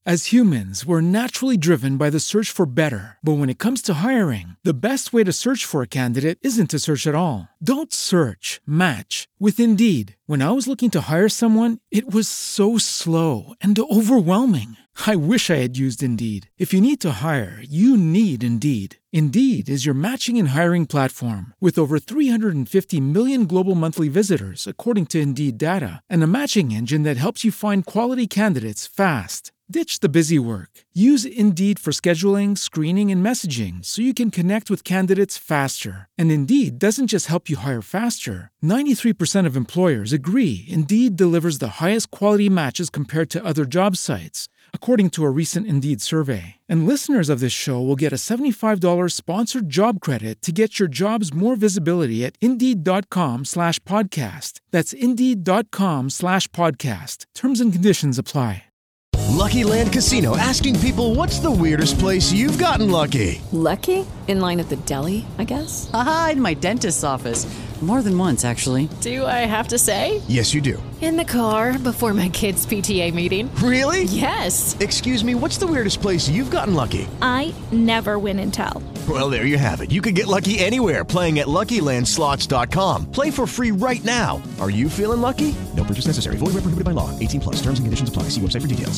As humans, we're naturally driven by the search for better. But when it comes to hiring, the best way to search for a candidate isn't to search at all. Don't search, match with Indeed. When I was looking to hire someone, it was so slow and overwhelming. I wish I had used Indeed. If you need to hire, you need Indeed. Indeed is your matching and hiring platform with over 350 million global monthly visitors, according to Indeed data, and a matching engine that helps you find quality candidates fast. Ditch the busy work. Use Indeed for scheduling, screening, and messaging so you can connect with candidates faster. And Indeed doesn't just help you hire faster. 93% of employers agree Indeed delivers the highest quality matches compared to other job sites, according to a recent Indeed survey. And listeners of this show will get a $75 sponsored job credit to get your jobs more visibility at Indeed.com/podcast. That's Indeed.com/podcast. Terms and conditions apply. Lucky Land Casino, asking people, what's the weirdest place you've gotten lucky? Lucky? In line at the deli, I guess? Aha, in my dentist's office. More than once, actually. Do I have to say? Yes, you do. In the car before my kids' PTA meeting. Really? Yes. Excuse me, what's the weirdest place you've gotten lucky? I never win and tell. Well, there you have it. You can get lucky anywhere, playing at LuckyLandSlots.com. Play for free right now. Are you feeling lucky? No purchase necessary. Void where prohibited by law. 18+. Terms and conditions apply. See website for details.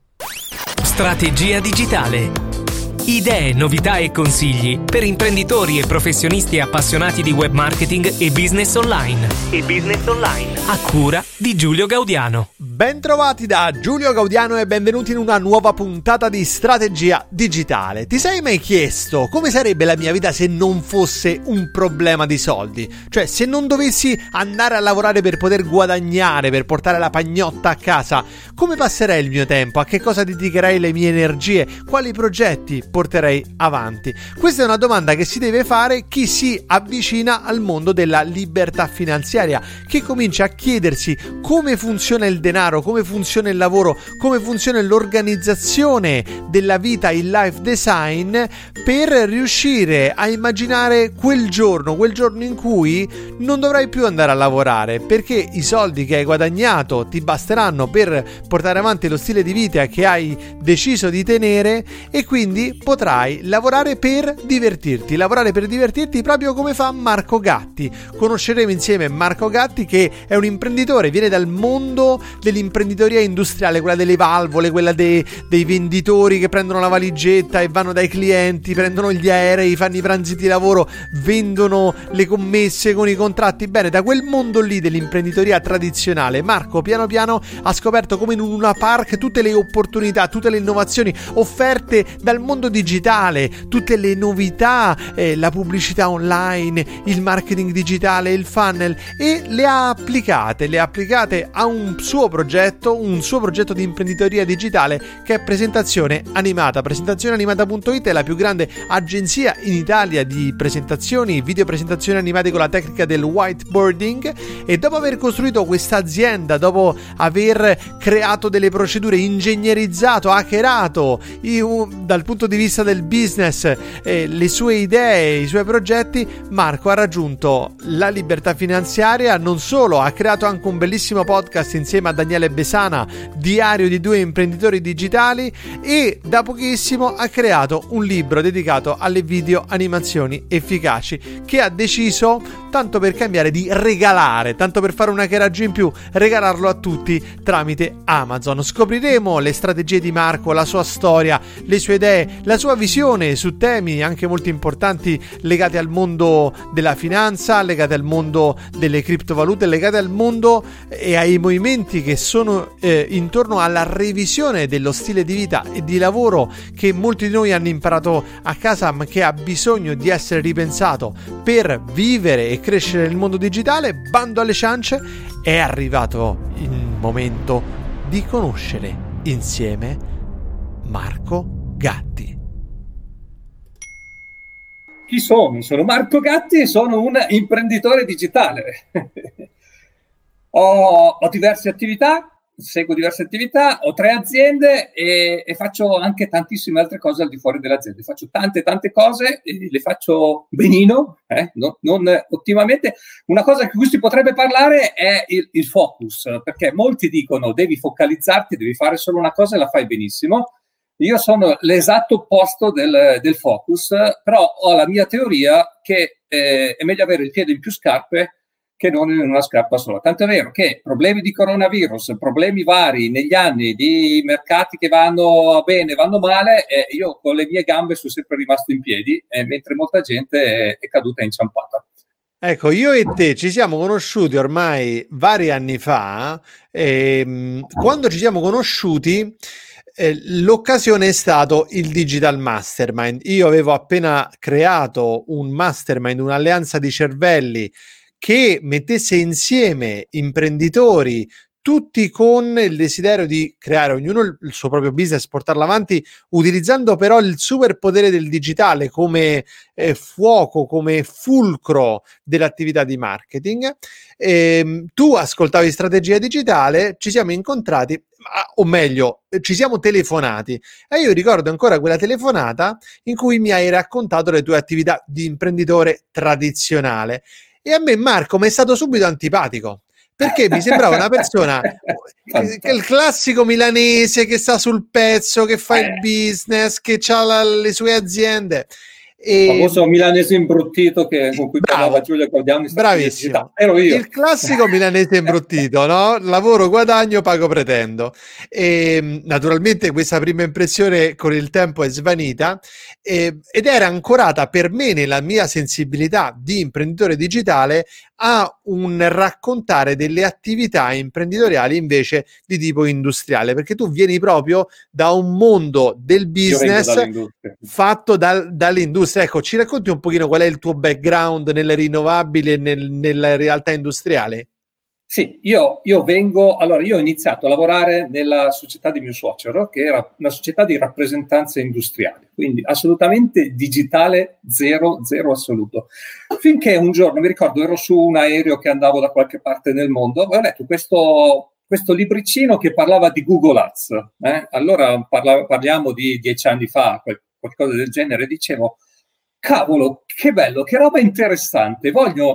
Strategia digitale. Idee, novità e consigli per imprenditori e professionisti appassionati di web marketing e business online. A cura di Giulio Gaudiano. Bentrovati da Giulio Gaudiano e benvenuti in una nuova puntata di Strategia digitale. Ti sei mai chiesto come sarebbe la mia vita se non fosse un problema di soldi? Cioè, se non dovessi andare a lavorare per poter guadagnare, per portare la pagnotta a casa, come passerei il mio tempo? A che cosa dedicherei le mie energie? Quali progetti porterei avanti? Questa è una domanda che si deve fare chi si avvicina al mondo della libertà finanziaria, che comincia a chiedersi come funziona il denaro, come funziona il lavoro, come funziona l'organizzazione della vita, il life design, per riuscire a immaginare quel giorno in cui non dovrai più andare a lavorare, perché i soldi che hai guadagnato ti basteranno per portare avanti lo stile di vita che hai deciso di tenere, e quindi potrai lavorare per divertirti proprio come fa Marco Gatti. Conosceremo insieme Marco Gatti, che è un imprenditore, viene dal mondo dell'imprenditoria industriale, quella delle valvole, quella dei venditori che prendono la valigetta e vanno dai clienti, prendono gli aerei, fanno i pranzi di lavoro, vendono le commesse con i contratti. Bene, da quel mondo lì dell'imprenditoria tradizionale, Marco piano piano ha scoperto come in un Luna Park tutte le opportunità, tutte le innovazioni offerte dal mondo digitale, tutte le novità, la pubblicità online, il marketing digitale, il funnel, e le ha applicate a un suo progetto di imprenditoria digitale, che è Presentazione Animata. Presentazioneanimata.it è la più grande agenzia in Italia di presentazioni, video presentazioni animate con la tecnica del whiteboarding, e dopo aver costruito questa azienda, dopo aver creato delle procedure, ingegnerizzato, hackerato dal punto di vista del business le sue idee, i suoi progetti, Marco ha raggiunto la libertà finanziaria. Non solo, ha creato anche un bellissimo podcast insieme a Daniele Besana, Diario di due imprenditori digitali, e da pochissimo ha creato un libro dedicato alle video animazioni efficaci, che ha deciso, tanto per cambiare, di regalare, tanto per fare un hackeraggio in più, regalarlo a tutti tramite Amazon. Scopriremo le strategie di Marco, la sua storia, le sue idee, la sua visione su temi anche molto importanti legati al mondo della finanza, legati al mondo delle criptovalute, legati al mondo e ai movimenti che sono intorno alla revisione dello stile di vita e di lavoro che molti di noi hanno imparato a casa, ma che ha bisogno di essere ripensato per vivere e crescere nel mondo digitale. Bando alle ciance, è arrivato il momento di conoscere insieme Marco Gatti. Chi sono? Sono Marco Gatti e sono un imprenditore digitale. Ho diverse attività. seguo diverse attività, ho 3 aziende e faccio anche tantissime altre cose al di fuori delle aziende. Faccio tante cose e le faccio benino, non ottimamente. Una cosa di cui si potrebbe parlare è il focus, perché molti dicono devi focalizzarti, devi fare solo una cosa e la fai benissimo. Io sono l'esatto opposto del focus, però ho la mia teoria che è meglio avere il piede in più scarpe che non in una scarpa sola. Tanto è vero che problemi di coronavirus, problemi vari negli anni di mercati che vanno bene, vanno male, io con le mie gambe sono sempre rimasto in piedi, mentre molta gente è caduta inciampata. Ecco, io e te ci siamo conosciuti ormai vari anni fa, quando ci siamo conosciuti l'occasione è stato il Digital Mastermind. Io avevo appena creato un mastermind, un'alleanza di cervelli che mettesse insieme imprenditori, tutti con il desiderio di creare ognuno il suo proprio business, portarlo avanti, utilizzando però il superpotere del digitale come fuoco, come fulcro dell'attività di marketing. Tu ascoltavi Strategia Digitale, ci siamo incontrati, o meglio, ci siamo telefonati, e io ricordo ancora quella telefonata in cui mi hai raccontato le tue attività di imprenditore tradizionale. E a me Marco mi è stato subito antipatico, perché mi sembrava una persona che il classico milanese che sta sul pezzo, che fa il business, che ha le sue aziende. Il famoso milanese imbruttito con cui parlava Giulio Gaudiano. Bravissimo, ero io. Il classico milanese imbruttito, no? Lavoro, guadagno, pago, pretendo. E naturalmente questa prima impressione con il tempo è svanita, ed era ancorata per me nella mia sensibilità di imprenditore digitale a un raccontare delle attività imprenditoriali invece di tipo industriale, perché tu vieni proprio da un mondo del business fatto dall'industria. Ecco, ci racconti un pochino qual è il tuo background nelle rinnovabili e nella realtà industriale? Sì, io ho iniziato a lavorare nella società di mio suocero, che era una società di rappresentanza industriale, quindi assolutamente digitale, zero assoluto. Finché un giorno, mi ricordo, ero su un aereo che andavo da qualche parte nel mondo, avevo letto questo libricino che parlava di Google Ads. Allora parliamo di 10 anni fa, qualcosa del genere, dicevo, cavolo, che bello, che roba interessante,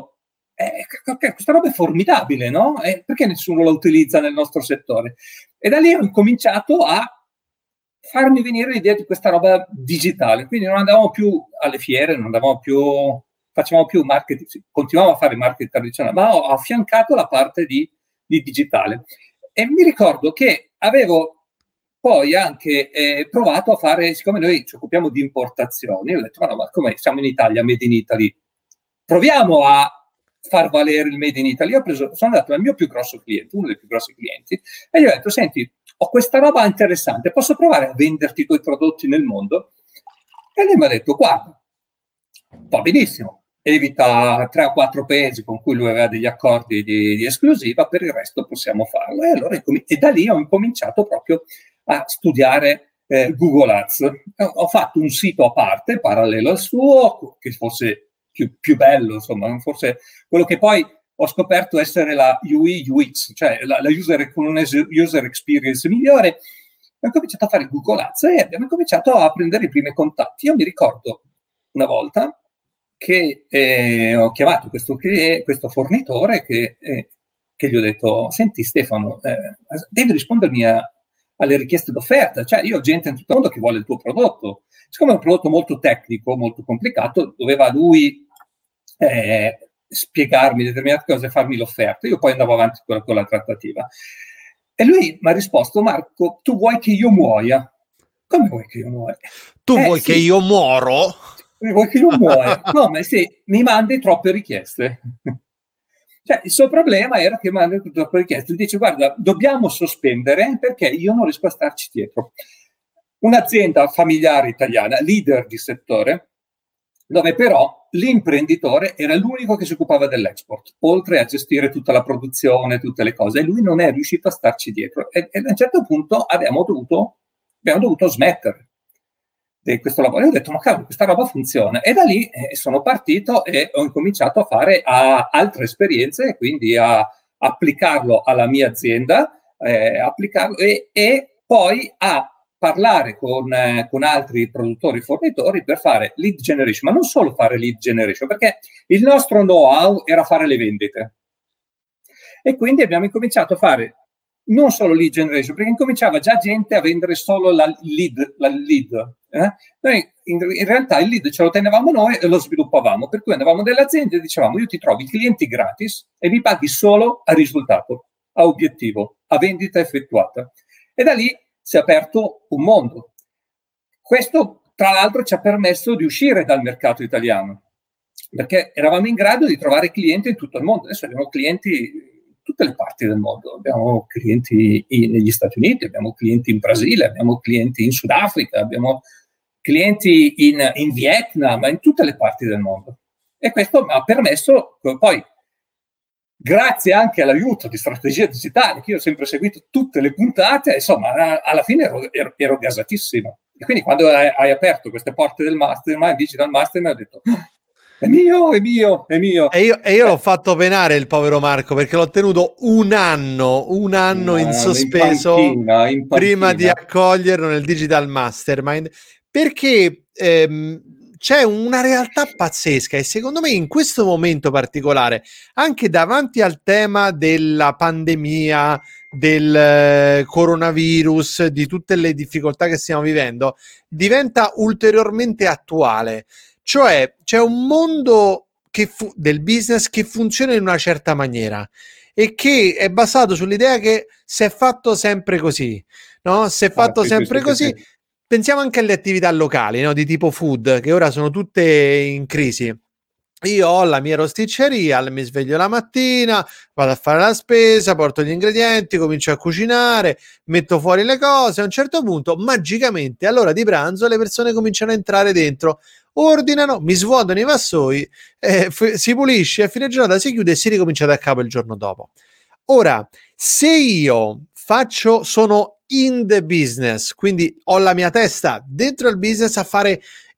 questa roba è formidabile, no? Perché nessuno la utilizza nel nostro settore? E da lì ho incominciato a farmi venire l'idea di questa roba digitale. Quindi non andavamo più alle fiere, facevamo più marketing, continuavamo a fare marketing tradizionale, ma ho affiancato la parte di digitale. E mi ricordo che avevo poi anche provato a fare, siccome noi ci occupiamo di importazioni, ho detto, ma come siamo in Italia, Made in Italy, proviamo a far valere il Made in Italy. Sono andato dal mio più grosso cliente, uno dei più grossi clienti, e gli ho detto, senti, ho questa roba interessante, posso provare a venderti i tuoi prodotti nel mondo? E lui mi ha detto, guarda, va benissimo, evita 3 o 4 paesi con cui lui aveva degli accordi di esclusiva, per il resto possiamo farlo. E allora e da lì ho incominciato proprio a studiare Google Ads. Ho fatto un sito a parte, parallelo al suo, che fosse più bello, insomma, forse quello che poi ho scoperto essere la UI UX, cioè con una user experience migliore. Ho cominciato a fare Google Ads e abbiamo cominciato a prendere i primi contatti. Io mi ricordo una volta che ho chiamato questo fornitore che gli ho detto, senti Stefano, devi rispondermi alle richieste d'offerta, cioè io ho gente in tutto il mondo che vuole il tuo prodotto. Siccome è un prodotto molto tecnico, molto complicato, doveva lui spiegarmi determinate cose, farmi l'offerta. Io poi andavo avanti con la trattativa. E lui mi ha risposto, Marco, tu vuoi che io muoia? Come vuoi che io muoia? Tu vuoi che io muoro? Vuoi che io muoia? No, ma sì, mi mandi troppe richieste. Cioè, il suo problema era che mi mandi troppe richieste. Dice, guarda, dobbiamo sospendere perché io non riesco a starci dietro. Un'azienda familiare italiana, leader di settore, dove però l'imprenditore era l'unico che si occupava dell'export, oltre a gestire tutta la produzione, tutte le cose, e lui non è riuscito a starci dietro. E a un certo punto abbiamo dovuto smettere di questo lavoro. E ho detto, ma cavolo, questa roba funziona. E da lì sono partito e ho incominciato a fare altre esperienze, quindi a applicarlo alla mia azienda, applicarlo e poi a parlare con altri produttori e fornitori per fare lead generation, ma non solo fare lead generation, perché il nostro know-how era fare le vendite. E quindi abbiamo incominciato a fare non solo lead generation, perché incominciava già gente a vendere solo la lead. Noi in realtà il lead ce lo tenevamo noi e lo sviluppavamo, per cui andavamo nelle aziende e dicevamo: io ti trovo i clienti gratis e mi paghi solo a risultato, a obiettivo, a vendita effettuata. E da lì si è aperto un mondo. Questo, tra l'altro, ci ha permesso di uscire dal mercato italiano, perché eravamo in grado di trovare clienti in tutto il mondo. Adesso abbiamo clienti in tutte le parti del mondo. Abbiamo clienti negli Stati Uniti, abbiamo clienti in Brasile, abbiamo clienti in Sudafrica, abbiamo clienti in Vietnam, in tutte le parti del mondo. E questo mi ha permesso poi, grazie anche all'aiuto di Strategia Digitale, che io ho sempre seguito tutte le puntate, insomma, alla fine ero gasatissimo. E quindi quando hai aperto queste porte del Mastermind, Digital Mastermind, ho detto: è mio. E io l'ho fatto penare il povero Marco, perché l'ho tenuto un anno in sospeso in panchina, prima di accoglierlo nel Digital Mastermind, perché c'è una realtà pazzesca e secondo me in questo momento particolare, anche davanti al tema della pandemia, del coronavirus, di tutte le difficoltà che stiamo vivendo, diventa ulteriormente attuale. Cioè c'è un mondo del business che funziona in una certa maniera e che è basato sull'idea che si è fatto sempre così, no? Si è fatto sempre così. Sì. Pensiamo anche alle attività locali, no? Di tipo food, che ora sono tutte in crisi. Io ho la mia rosticceria, mi sveglio la mattina, vado a fare la spesa, porto gli ingredienti, comincio a cucinare, metto fuori le cose. A un certo punto, magicamente, all'ora di pranzo, le persone cominciano a entrare dentro, ordinano, mi svuotano i vassoi, si pulisce, a fine giornata si chiude e si ricomincia da capo il giorno dopo. Ora, se io sono in the business, quindi ho la mia testa dentro il business a fare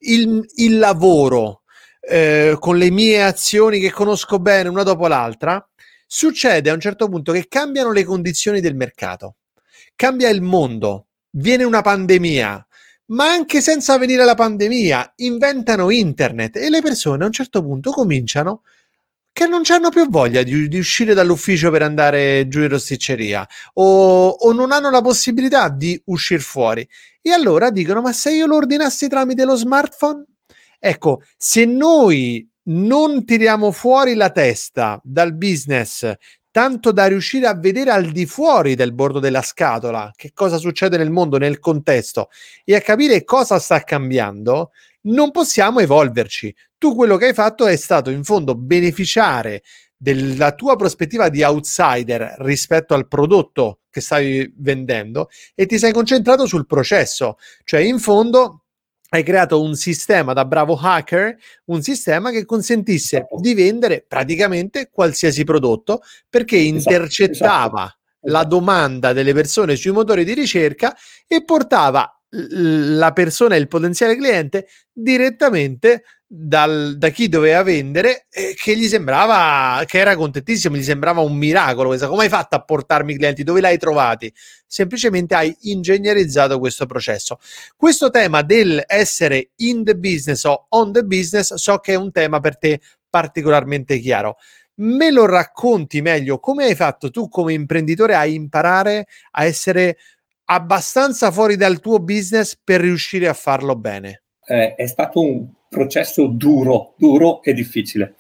il lavoro, con le mie azioni che conosco bene una dopo l'altra, succede a un certo punto che cambiano le condizioni del mercato, cambia il mondo, viene una pandemia, ma anche senza venire la pandemia inventano internet e le persone a un certo punto cominciano che non hanno più voglia di uscire dall'ufficio per andare giù in rosticceria o non hanno la possibilità di uscire fuori e allora dicono: ma se io lo ordinassi tramite lo smartphone? Ecco, se noi non tiriamo fuori la testa dal business tanto da riuscire a vedere al di fuori del bordo della scatola che cosa succede nel mondo, nel contesto, e a capire cosa sta cambiando, non possiamo evolverci. Tu quello che hai fatto è stato in fondo beneficiare della tua prospettiva di outsider rispetto al prodotto che stavi vendendo e ti sei concentrato sul processo, cioè in fondo hai creato un sistema da bravo hacker, un sistema che consentisse di vendere praticamente qualsiasi prodotto perché intercettava la domanda delle persone sui motori di ricerca e portava la persona, il potenziale cliente, direttamente da chi doveva vendere, che gli sembrava che era contentissimo, gli sembrava un miracolo. Come hai fatto a portarmi clienti? Dove l'hai trovati? Semplicemente hai ingegnerizzato questo processo. Questo tema del essere in the business o on the business so che è un tema per te particolarmente chiaro. Me lo racconti meglio? Come hai fatto tu come imprenditore a imparare a essere abbastanza fuori dal tuo business per riuscire a farlo bene? È stato un processo duro e difficile.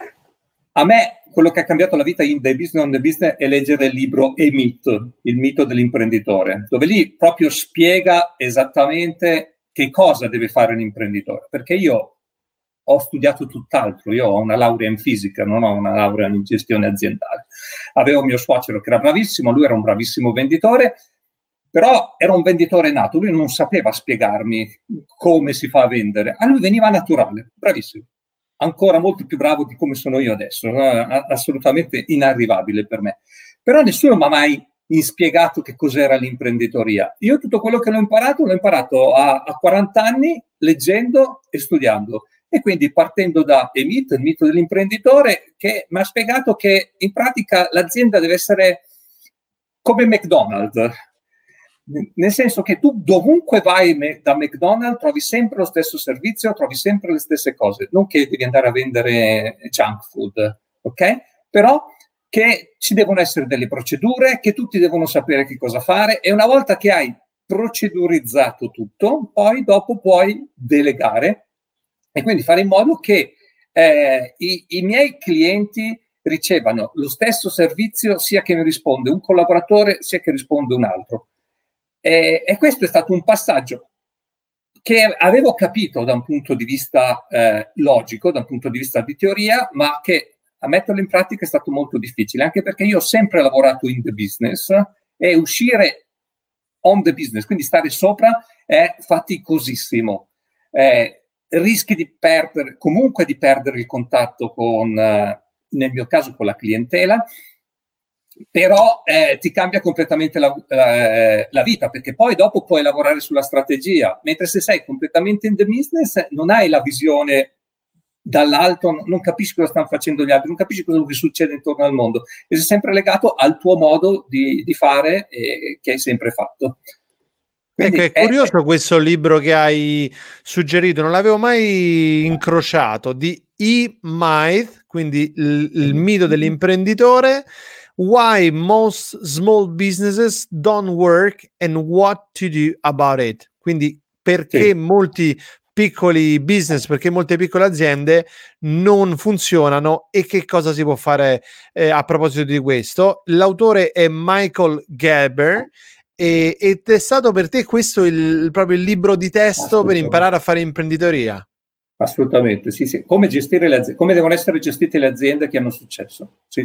A me quello che ha cambiato la vita in The Business on the Business è leggere il libro E-Myth, il mito dell'imprenditore, dove lì proprio spiega esattamente che cosa deve fare un imprenditore, perché io ho studiato tutt'altro, io ho una laurea in fisica, non ho una laurea in gestione aziendale. Avevo mio suocero che era bravissimo, lui era un bravissimo venditore, però era un venditore nato, lui non sapeva spiegarmi come si fa a vendere, a lui veniva naturale, bravissimo, ancora molto più bravo di come sono io adesso, assolutamente inarrivabile per me. Però nessuno mi ha mai spiegato che cos'era l'imprenditoria. Io tutto quello che l'ho imparato a 40 anni leggendo e studiando. E quindi partendo da E-Myth, il mito dell'imprenditore, che mi ha spiegato che in pratica l'azienda deve essere come McDonald's, nel senso che tu dovunque vai da McDonald's trovi sempre lo stesso servizio, trovi sempre le stesse cose, non che devi andare a vendere junk food, ok? Però che ci devono essere delle procedure, che tutti devono sapere che cosa fare, e una volta che hai procedurizzato tutto, poi dopo puoi delegare e quindi fare in modo che i miei clienti ricevano lo stesso servizio sia che mi risponde un collaboratore sia che risponde un altro. E questo è stato un passaggio che avevo capito da un punto di vista logico, da un punto di vista di teoria, ma che a metterlo in pratica è stato molto difficile, anche perché io ho sempre lavorato in the business e uscire on the business, quindi stare sopra, è faticosissimo. Rischi di perdere il contatto con, nel mio caso, con la clientela, però ti cambia completamente la vita, perché poi dopo puoi lavorare sulla strategia, mentre se sei completamente in the business non hai la visione dall'alto, non capisci cosa stanno facendo gli altri, non capisci cosa succede intorno al mondo, e sei sempre legato al tuo modo di fare che hai sempre fatto. Quindi ecco, è curioso questo libro che hai suggerito, non l'avevo mai incrociato, di E. Myth, quindi il mito dell'imprenditore, Why Most Small Businesses Don't Work and What to Do About It. Quindi perché molti piccoli business, perché molte piccole aziende non funzionano e che cosa si può fare a proposito di questo. L'autore è Michael Gerber ed è stato per te questo proprio il libro di testo per imparare a fare imprenditoria? Assolutamente, sì. Come gestire le aziende, come devono essere gestite le aziende che hanno successo. Sì.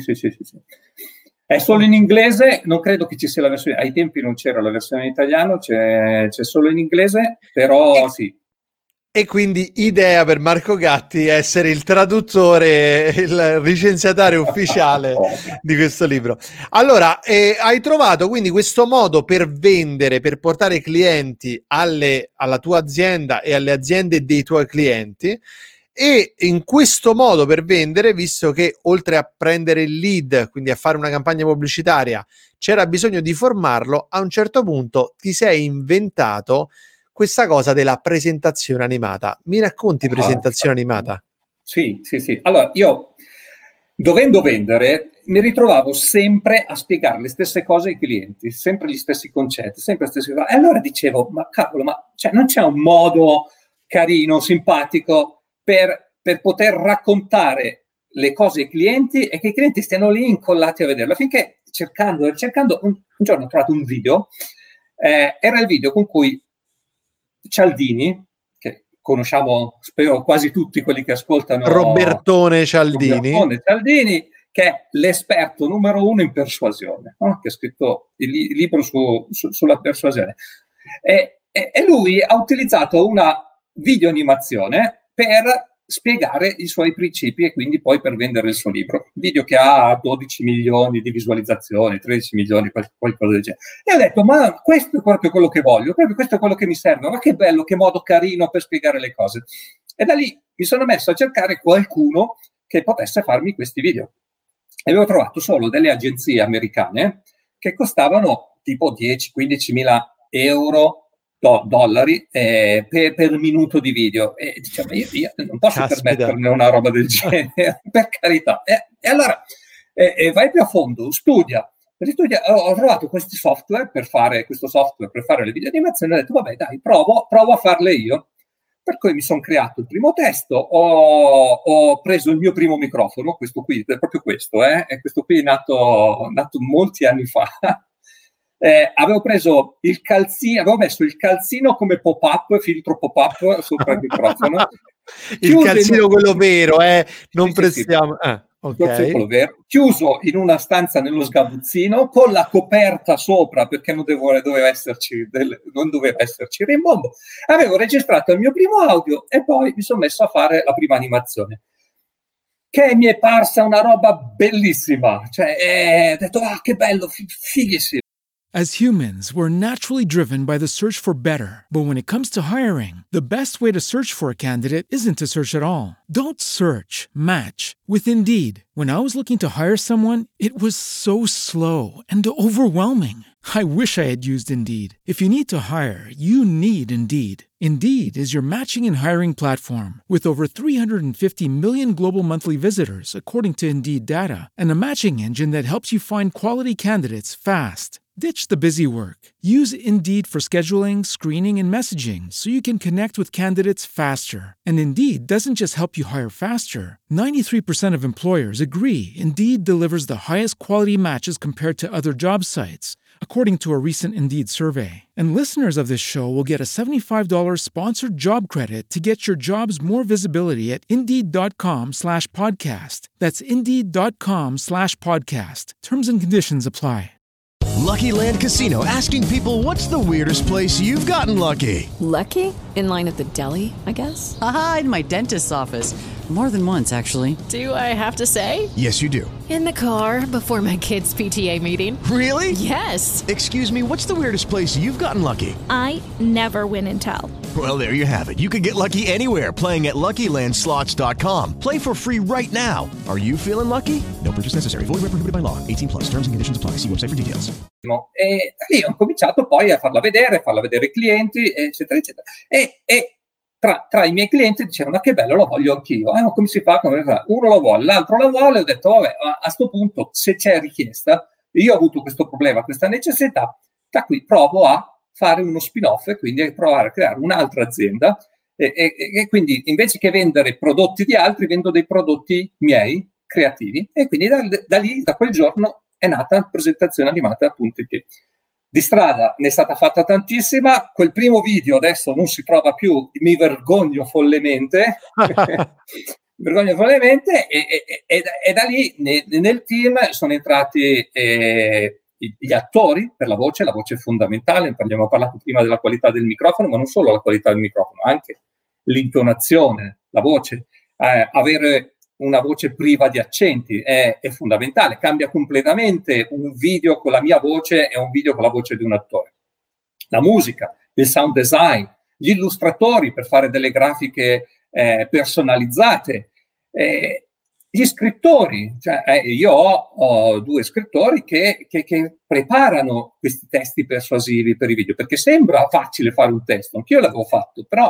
È solo in inglese, non credo che ci sia la versione, ai tempi non c'era la versione in italiano, c'è solo in inglese, però sì. E quindi idea per Marco Gatti essere il traduttore, il licenziatario ufficiale di questo libro. Allora, hai trovato quindi questo modo per vendere, per portare clienti alla tua azienda e alle aziende dei tuoi clienti, e in questo modo per vendere, visto che oltre a prendere il lead, quindi a fare una campagna pubblicitaria, c'era bisogno di formarlo, a un certo punto ti sei inventato questa cosa della presentazione animata. Mi racconti presentazione animata? Sì. Allora, io, dovendo vendere, mi ritrovavo sempre a spiegare le stesse cose ai clienti, sempre gli stessi concetti, sempre le stesse cose. E allora dicevo, ma cavolo, non c'è un modo carino, simpatico per poter raccontare le cose ai clienti e che i clienti stiano lì incollati a vederlo. Finché cercando, un giorno ho trovato un video, era il video con cui Cialdini, che conosciamo, spero, quasi tutti quelli che ascoltano, Robertone Cialdini, che è l'esperto numero 1 in persuasione, no? Che ha scritto il libro sulla persuasione. E lui ha utilizzato una videoanimazione per spiegare i suoi principi e quindi poi per vendere il suo libro. Video che ha 12 milioni di visualizzazioni, 13 milioni, qualcosa del genere. E ho detto, ma questo è proprio quello che voglio, proprio questo è quello che mi serve, ma che bello, che modo carino per spiegare le cose. E da lì mi sono messo a cercare qualcuno che potesse farmi questi video. E avevo trovato solo delle agenzie americane che costavano tipo 10-15 mila euro, dollari per minuto di video, e diciamo io non posso permettermi una roba del genere, per carità. E allora vai più a fondo, studia. Ho trovato questi software per fare le video animazioni, ho detto vabbè dai, provo a farle io. Per cui mi sono creato il primo testo, ho preso il mio primo microfono, questo qui, è proprio questo, e questo qui è nato molti anni fa. Avevo preso il calzino, avevo messo il calzino come pop-up, filtro pop-up sopra il microfono. Il calzino quello vero, non sì, prestiamo. Sì. Okay. Quello vero. Chiuso in una stanza nello sgabuzzino, con la coperta sopra, perché non doveva esserci Raimondo. Avevo registrato il mio primo audio e poi mi sono messo a fare la prima animazione, che mi è parsa una roba bellissima. Cioè, ho detto, che bello, fighissimo. As humans, we're naturally driven by the search for better. But when it comes to hiring, the best way to search for a candidate isn't to search at all. Don't search, match with Indeed. When I was looking to hire someone, it was so slow and overwhelming. I wish I had used Indeed. If you need to hire, you need Indeed. Indeed is your matching and hiring platform with over 350 million global monthly visitors, according to Indeed data, and a matching engine that helps you find quality candidates fast. Ditch the busy work. Use Indeed for scheduling, screening, and messaging so you can connect with candidates faster. And Indeed doesn't just help you hire faster. 93% of employers agree Indeed delivers the highest quality matches compared to other job sites, according to a recent Indeed survey. And listeners of this show will get a $75 sponsored job credit to get your jobs more visibility at Indeed.com/podcast. That's Indeed.com/podcast. Terms and conditions apply. Lucky Land Casino, asking people, what's the weirdest place you've gotten lucky? Lucky? In line at the deli, I guess? Aha, in my dentist's office. More than once, actually. Do I have to say? Yes, you do. In the car before my kids' PTA meeting. Really? Yes. Excuse me, what's the weirdest place you've gotten lucky? I never win and tell. Well, there you have it. You can get lucky anywhere, playing at LuckyLandSlots.com. Play for free right now. Are you feeling lucky? No purchase necessary. Void where prohibited by law. 18 plus. Terms and conditions apply. See website for details. E lì ho cominciato poi a farla vedere ai clienti, eccetera, eccetera. E tra i miei clienti dicevano: ma che bello, lo voglio anch'io. Come si fa? Uno lo vuole, l'altro lo vuole. Ho detto: vabbè, a sto punto, se c'è richiesta, io ho avuto questo problema, questa necessità, da qui provo a fare uno spin-off e quindi provare a creare un'altra azienda e quindi invece che vendere prodotti di altri, vendo dei prodotti miei creativi. E quindi da lì, da quel giorno, è nata presentazioneanimata.it. Di strada ne è stata fatta tantissima. Quel primo video adesso non si trova più, mi vergogno follemente. E da lì nel team sono entrati gli attori per la voce è fondamentale. Abbiamo parlato prima della qualità del microfono, ma non solo la qualità del microfono, anche l'intonazione, la voce, avere una voce priva di accenti è fondamentale. Cambia completamente un video con la mia voce e un video con la voce di un attore. La musica, il sound design, gli illustratori per fare delle grafiche personalizzate, gli scrittori, io ho 2 scrittori che preparano questi testi persuasivi per i video, perché sembra facile fare un testo, anch'io l'avevo fatto, però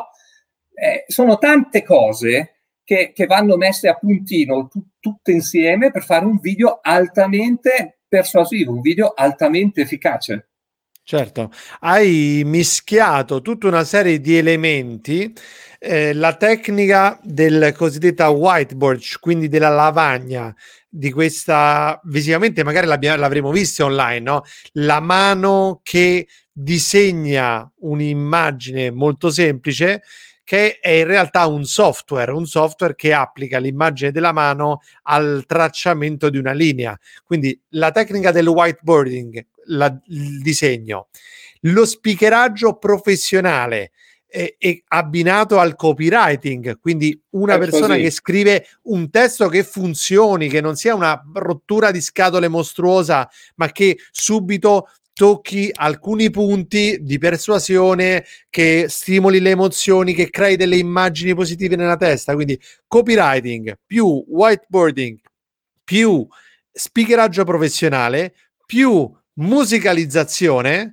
sono tante cose che vanno messe a puntino tutte insieme per fare un video altamente persuasivo, un video altamente efficace. Certo, hai mischiato tutta una serie di elementi, la tecnica del cosiddetta whiteboard, quindi della lavagna, di questa, visivamente magari l'avremo vista online, no? La mano che disegna un'immagine molto semplice, che è in realtà un software che applica l'immagine della mano al tracciamento di una linea. Quindi la tecnica del whiteboarding, il disegno, lo speakeraggio professionale è abbinato al copywriting, quindi una persona che scrive un testo che funzioni, che non sia una rottura di scatole mostruosa, ma che subito tocchi alcuni punti di persuasione, che stimoli le emozioni, che crei delle immagini positive nella testa. Quindi copywriting più whiteboarding più speakeraggio professionale più musicalizzazione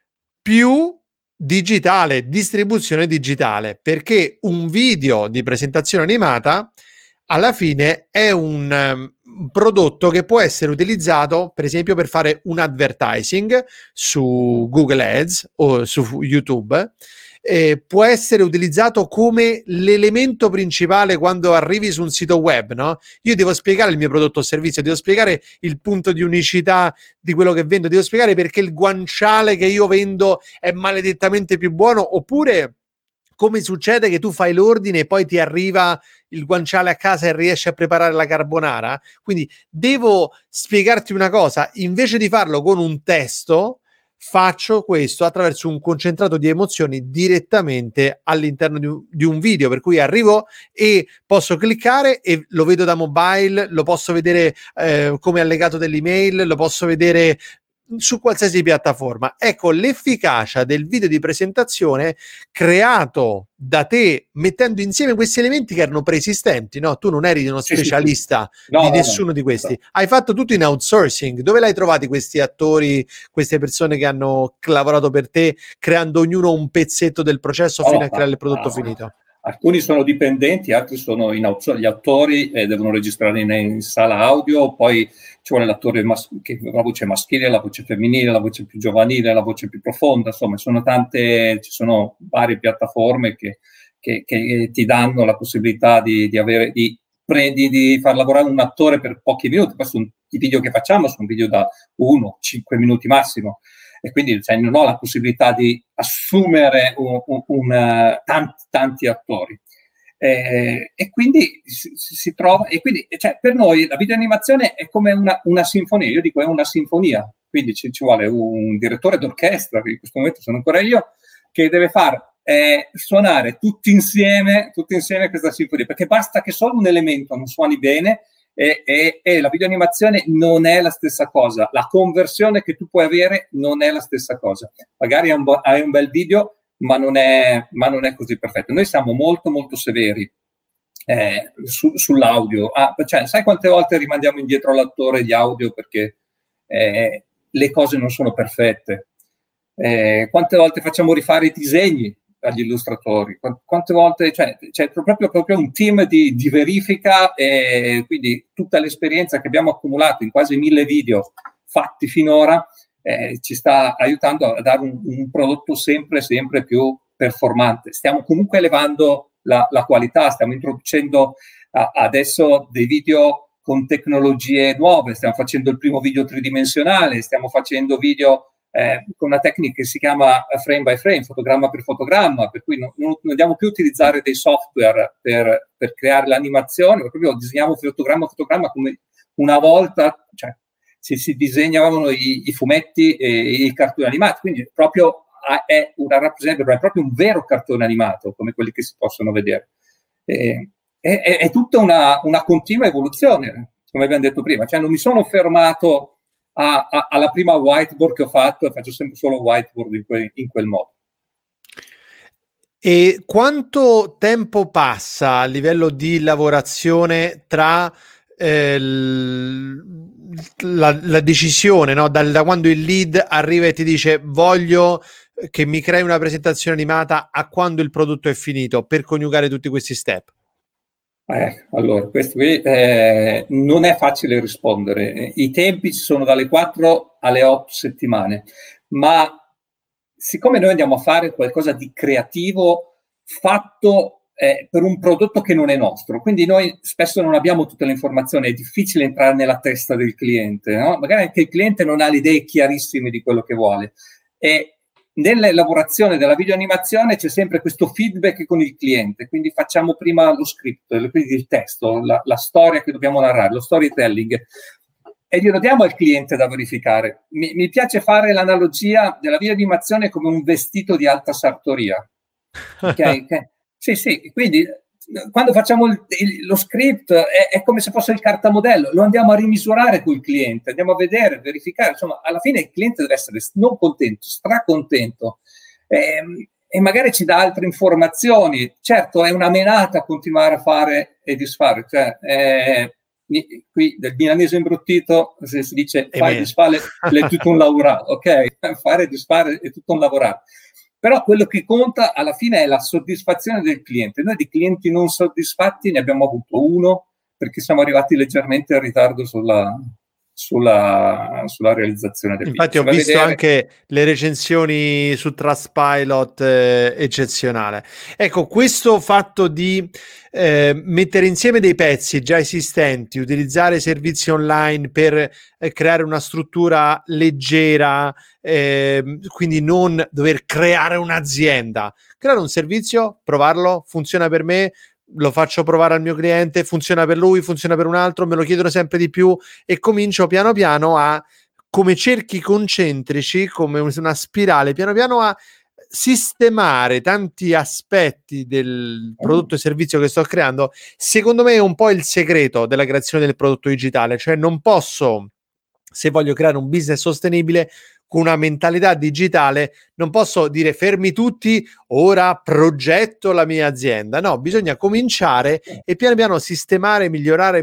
più digitale, distribuzione digitale, perché un video di presentazione animata alla fine è un prodotto che può essere utilizzato, per esempio, per fare un advertising su Google Ads o su YouTube. Può essere utilizzato come l'elemento principale quando arrivi su un sito web, no? Io devo spiegare il mio prodotto o servizio, devo spiegare il punto di unicità di quello che vendo, devo spiegare perché il guanciale che io vendo è maledettamente più buono, oppure come succede che tu fai l'ordine e poi ti arriva il guanciale a casa e riesci a preparare la carbonara. Quindi devo spiegarti una cosa, invece di farlo con un testo, faccio questo attraverso un concentrato di emozioni direttamente all'interno di un video, per cui arrivo e posso cliccare e lo vedo da mobile, lo posso vedere come allegato dell'email, lo posso vedere su qualsiasi piattaforma. Ecco, l'efficacia del video di presentazione creato da te, mettendo insieme questi elementi che erano preesistenti, no? Tu non eri uno specialista di nessuno di questi. Hai fatto tutto in outsourcing. Dove l'hai trovati questi attori, queste persone che hanno lavorato per te, creando ognuno un pezzetto del processo fino a creare il prodotto finito? Alcuni sono dipendenti, altri sono in outsourcing. Gli attori devono registrare in sala audio, poi ci vuole l'attore che la voce maschile, la voce femminile, la voce più giovanile, la voce più profonda. Insomma, ci sono varie piattaforme che ti danno la possibilità di far lavorare un attore per pochi minuti. Poi i video che facciamo sono video da 1-5 minuti massimo. E quindi non ho la possibilità di assumere tanti attori. E quindi si trova, e quindi per noi la videoanimazione è come una sinfonia. Io dico è una sinfonia, quindi ci vuole un direttore d'orchestra, che in questo momento sono ancora io, che deve far suonare tutti insieme questa sinfonia, perché basta che solo un elemento non suoni bene e la videoanimazione non è la stessa cosa. La conversione che tu puoi avere non è la stessa cosa. Magari hai un bel video, ma non è così perfetto. Noi siamo molto molto severi sull'audio. Sai quante volte rimandiamo indietro l'attore di audio perché le cose non sono perfette? Quante volte facciamo rifare i disegni agli illustratori? Quante volte c'è proprio un team di verifica, e quindi tutta l'esperienza che abbiamo accumulato in quasi 1000 video fatti finora ci sta aiutando a dare un prodotto sempre più performante. Stiamo comunque elevando la qualità, stiamo introducendo adesso dei video con tecnologie nuove, stiamo facendo il primo video tridimensionale, stiamo facendo video con una tecnica che si chiama frame by frame, fotogramma per fotogramma, per cui non dobbiamo più utilizzare dei software per creare l'animazione, ma proprio disegniamo fotogramma a fotogramma come una volta si disegnavano i fumetti e i cartoni animati, quindi proprio è proprio un vero cartone animato come quelli che si possono vedere. È tutta una continua evoluzione, come abbiamo detto prima, non mi sono fermato alla prima whiteboard che ho fatto, e faccio sempre solo whiteboard in quel modo. E quanto tempo passa a livello di lavorazione tra la decisione, no? Da quando il lead arriva e ti dice voglio che mi crei una presentazione animata, a quando il prodotto è finito, per coniugare tutti questi step? Allora, questo qui non è facile rispondere. I tempi ci sono dalle 4 alle 8 settimane, ma siccome noi andiamo a fare qualcosa di creativo fatto per un prodotto che non è nostro, quindi noi spesso non abbiamo tutte le informazioni, è difficile entrare nella testa del cliente, no? Magari anche il cliente non ha le idee chiarissime di quello che vuole, e nell'elaborazione della videoanimazione c'è sempre questo feedback con il cliente, quindi facciamo prima lo script, quindi il testo, la storia che dobbiamo narrare, lo storytelling, e glielo diamo al cliente da verificare. Mi piace fare l'analogia della videoanimazione come un vestito di alta sartoria. Okay? Sì, quindi quando facciamo lo script è come se fosse il cartamodello, lo andiamo a rimisurare col cliente, andiamo a vedere, verificare, insomma alla fine il cliente deve essere non contento, stracontento, e magari ci dà altre informazioni. Certo, è una menata continuare a fare e disfare, qui del milanese imbruttito si dice fare e disfare è tutto un lavorare, ok? Fare e disfare è tutto un lavorare. Però quello che conta alla fine è la soddisfazione del cliente. Noi di clienti non soddisfatti ne abbiamo avuto uno, perché siamo arrivati leggermente in ritardo sulla realizzazione del video. Infatti ho visto anche le recensioni su Trustpilot, eccezionale. Ecco, questo fatto di mettere insieme dei pezzi già esistenti, utilizzare servizi online per creare una struttura leggera, quindi non dover creare un'azienda, creare un servizio, provarlo, funziona per me, lo faccio provare al mio cliente, funziona per lui, funziona per un altro, me lo chiedono sempre di più, e comincio piano piano a, come cerchi concentrici, come una spirale, piano piano a sistemare tanti aspetti del prodotto e servizio che sto creando. Secondo me è un po' il segreto della creazione del prodotto digitale, cioè non posso se voglio creare un business sostenibile con una mentalità digitale, non posso dire fermi tutti, ora progetto la mia azienda. No, bisogna cominciare e piano piano sistemare, migliorare,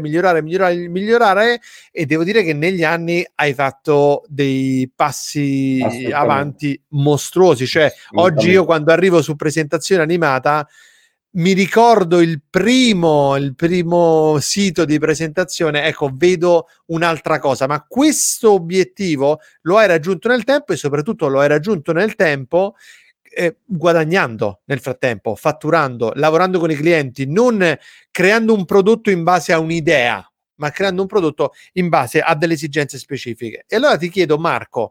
e devo dire che negli anni hai fatto dei passi avanti mostruosi. Cioè, oggi io quando arrivo su presentazione animata mi ricordo il primo sito di presentazione, ecco, vedo un'altra cosa, ma questo obiettivo lo hai raggiunto nel tempo e soprattutto lo hai raggiunto nel tempo guadagnando nel frattempo, fatturando, lavorando con i clienti, non creando un prodotto in base a un'idea, ma creando un prodotto in base a delle esigenze specifiche. E allora ti chiedo, Marco,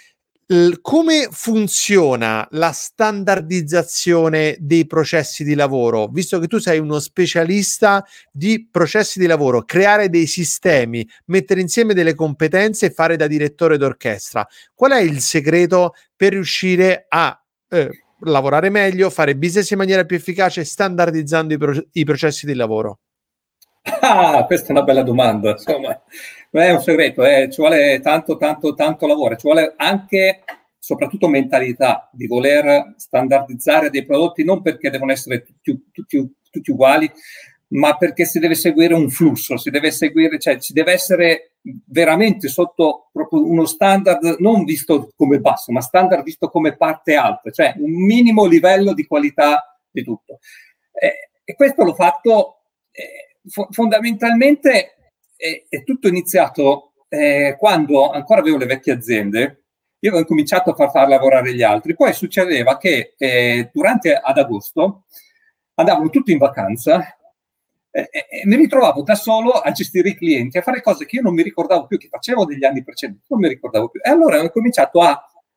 come funziona la standardizzazione dei processi di lavoro, visto che tu sei uno specialista di processi di lavoro, creare dei sistemi, mettere insieme delle competenze e fare da direttore d'orchestra? Qual è il segreto per riuscire a lavorare meglio, fare business in maniera più efficace, standardizzando i processi di lavoro? Questa è una bella domanda, insomma, non è un segreto, ci vuole tanto lavoro, ci vuole anche, soprattutto mentalità, di voler standardizzare dei prodotti, non perché devono essere tutti uguali, ma perché si deve seguire un flusso, si deve essere veramente sotto proprio uno standard, non visto come basso, ma standard visto come parte alta, cioè un minimo livello di qualità di tutto. E questo l'ho fatto fondamentalmente. È tutto iniziato quando ancora avevo le vecchie aziende. Io avevo cominciato a far lavorare gli altri. Poi succedeva che ad agosto andavano tutti in vacanza e mi ritrovavo da solo a gestire i clienti, a fare cose che io non mi ricordavo più, che facevo negli anni precedenti, non mi ricordavo più. E allora ho cominciato a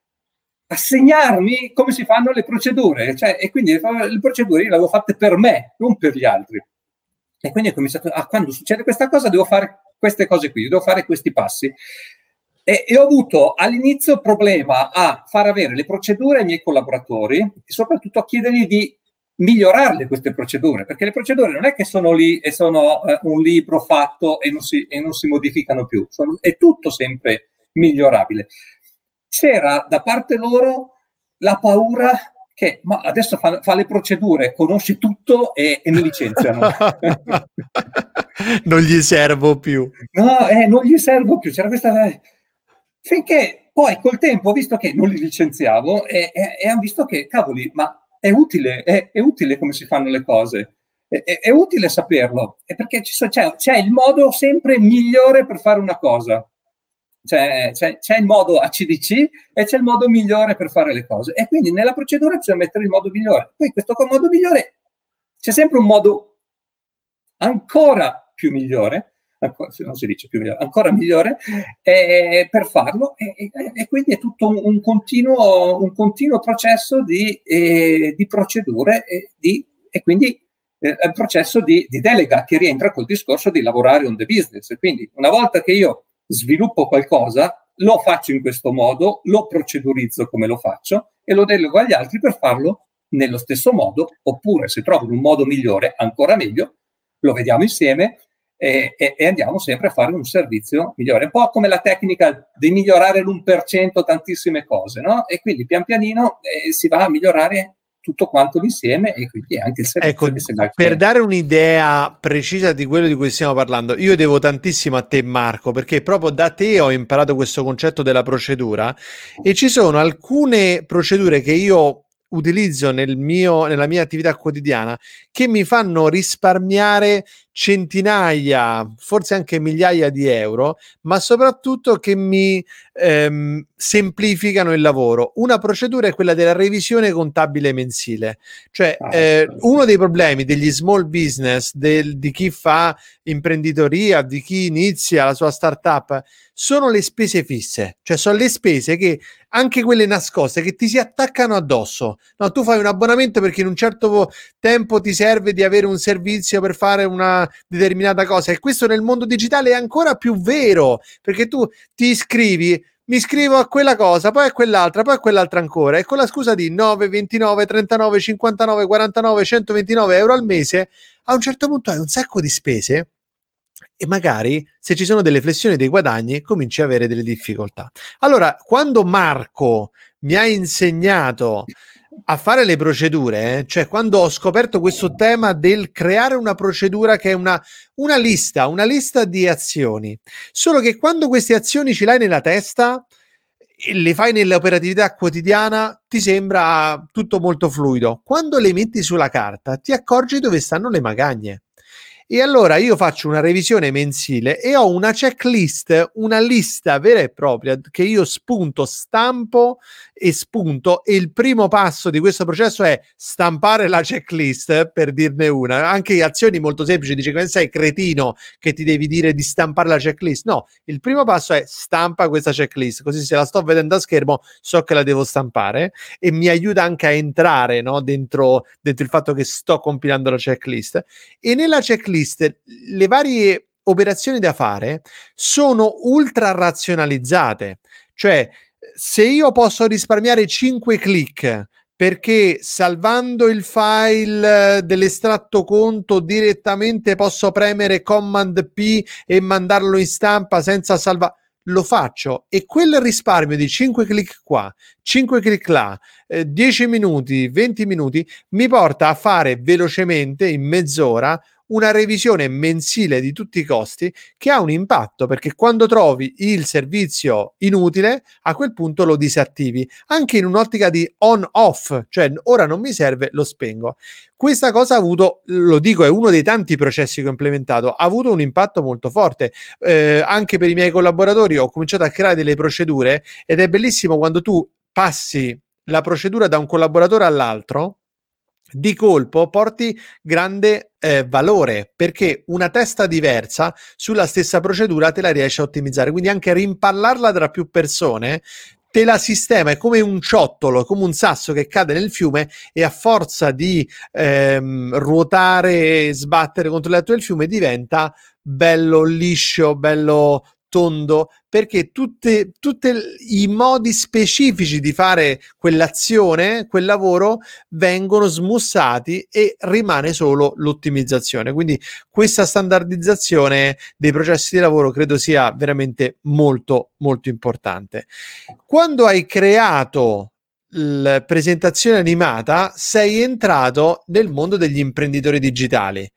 segnarmi come si fanno le procedure, e quindi le procedure io le avevo fatte per me, non per gli altri. E quindi ho cominciato, quando succede questa cosa devo fare queste cose qui, devo fare questi passi. E ho avuto all'inizio problema a far avere le procedure ai miei collaboratori e soprattutto a chiedergli di migliorarle queste procedure, perché le procedure non è che sono lì e sono un libro fatto e non si modificano più, è tutto sempre migliorabile. C'era da parte loro la paura che ma adesso fa le procedure, conosce tutto e mi licenziano. Non gli servo più. No, non gli servo più. C'era questa... Finché poi col tempo ho visto che non li licenziavo e ho visto che, cavoli, ma è utile come si fanno le cose. È utile saperlo, perché c'è il modo sempre migliore per fare una cosa. C'è il modo ACDC e c'è il modo migliore per fare le cose, e quindi nella procedura bisogna mettere il modo migliore. Poi questo modo migliore, c'è sempre un modo ancora più migliore, non si dice più migliore, ancora migliore per farlo, e quindi è tutto un continuo processo di procedure e quindi il processo di delega, che rientra col discorso di lavorare on the business. E quindi una volta che io sviluppo qualcosa, lo faccio in questo modo, lo procedurizzo come lo faccio e lo delego agli altri per farlo nello stesso modo, oppure se trovano un modo migliore, ancora meglio, lo vediamo insieme e andiamo sempre a fare un servizio migliore. Un po' come la tecnica di migliorare l'1% tantissime cose, no? E quindi pian pianino si va a migliorare tutto quanto l'insieme, e quindi anche il servizio. Ecco, per dare un'idea precisa di quello di cui stiamo parlando, io devo tantissimo a te, Marco, perché proprio da te ho imparato questo concetto della procedura, e ci sono alcune procedure che io utilizzo nella mia attività quotidiana che mi fanno risparmiare centinaia, forse anche migliaia di euro, ma soprattutto che mi semplificano il lavoro. Una procedura è quella della revisione contabile mensile, cioè uno dei problemi degli small business, di chi fa imprenditoria, di chi inizia la sua startup, sono le spese fisse, cioè sono le spese che, anche quelle nascoste, che ti si attaccano addosso. No, tu fai un abbonamento perché in un certo tempo ti serve di avere un servizio per fare una determinata cosa, e questo nel mondo digitale è ancora più vero, perché tu ti iscrivi, mi iscrivo a quella cosa, poi a quell'altra, poi a quell'altra ancora, e con la scusa di 9, 29, 39, 59, 49, 129 euro al mese, a un certo punto hai un sacco di spese e magari se ci sono delle flessioni dei guadagni cominci a avere delle difficoltà. Allora, quando Marco mi ha insegnato a fare le procedure, cioè quando ho scoperto questo tema del creare una procedura che è una lista di azioni, solo che quando queste azioni ce l'hai nella testa e le fai nell'operatività quotidiana ti sembra tutto molto fluido. Quando le metti sulla carta ti accorgi dove stanno le magagne. E allora io faccio una revisione mensile e ho una checklist, una lista vera e propria che io stampo e spunto, e il primo passo di questo processo è stampare la checklist, per dirne una. Anche azioni molto semplici, dice che sei cretino che ti devi dire di stampare la checklist. No, il primo passo è stampa questa checklist, così se la sto vedendo a schermo so che la devo stampare, e mi aiuta anche a entrare, no, dentro il fatto che sto compilando la checklist. E nella checklist le varie operazioni da fare sono ultra razionalizzate, cioè se io posso risparmiare 5 click perché salvando il file dell'estratto conto direttamente posso premere Command P e mandarlo in stampa senza salvare, lo faccio, e quel risparmio di 5 click qua, 5 click là, 10 minuti, 20 minuti mi porta a fare velocemente in mezz'ora una revisione mensile di tutti i costi, che ha un impatto, perché quando trovi il servizio inutile a quel punto lo disattivi, anche in un'ottica di on-off, cioè ora non mi serve, lo spengo. Questa cosa ha avuto, lo dico, è uno dei tanti processi che ho implementato, ha avuto un impatto molto forte, anche per i miei collaboratori. Ho cominciato a creare delle procedure ed è bellissimo quando tu passi la procedura da un collaboratore all'altro, di colpo porti grande valore, perché una testa diversa sulla stessa procedura te la riesci a ottimizzare, quindi anche rimparlarla tra più persone te la sistema, è come un ciottolo, come un sasso che cade nel fiume e a forza di ruotare e sbattere contro le acque del fiume diventa bello liscio, bello tondo, perché tutti i modi specifici di fare quell'azione, quel lavoro, vengono smussati e rimane solo l'ottimizzazione. Quindi questa standardizzazione dei processi di lavoro credo sia veramente molto molto importante. Quando hai creato la presentazione animata sei entrato nel mondo degli imprenditori digitali,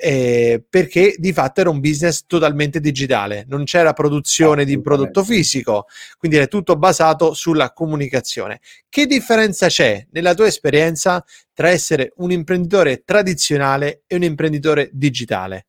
perché di fatto era un business totalmente digitale, non c'era produzione di un prodotto fisico, quindi era tutto basato sulla comunicazione. Che differenza c'è nella tua esperienza tra essere un imprenditore tradizionale e un imprenditore digitale?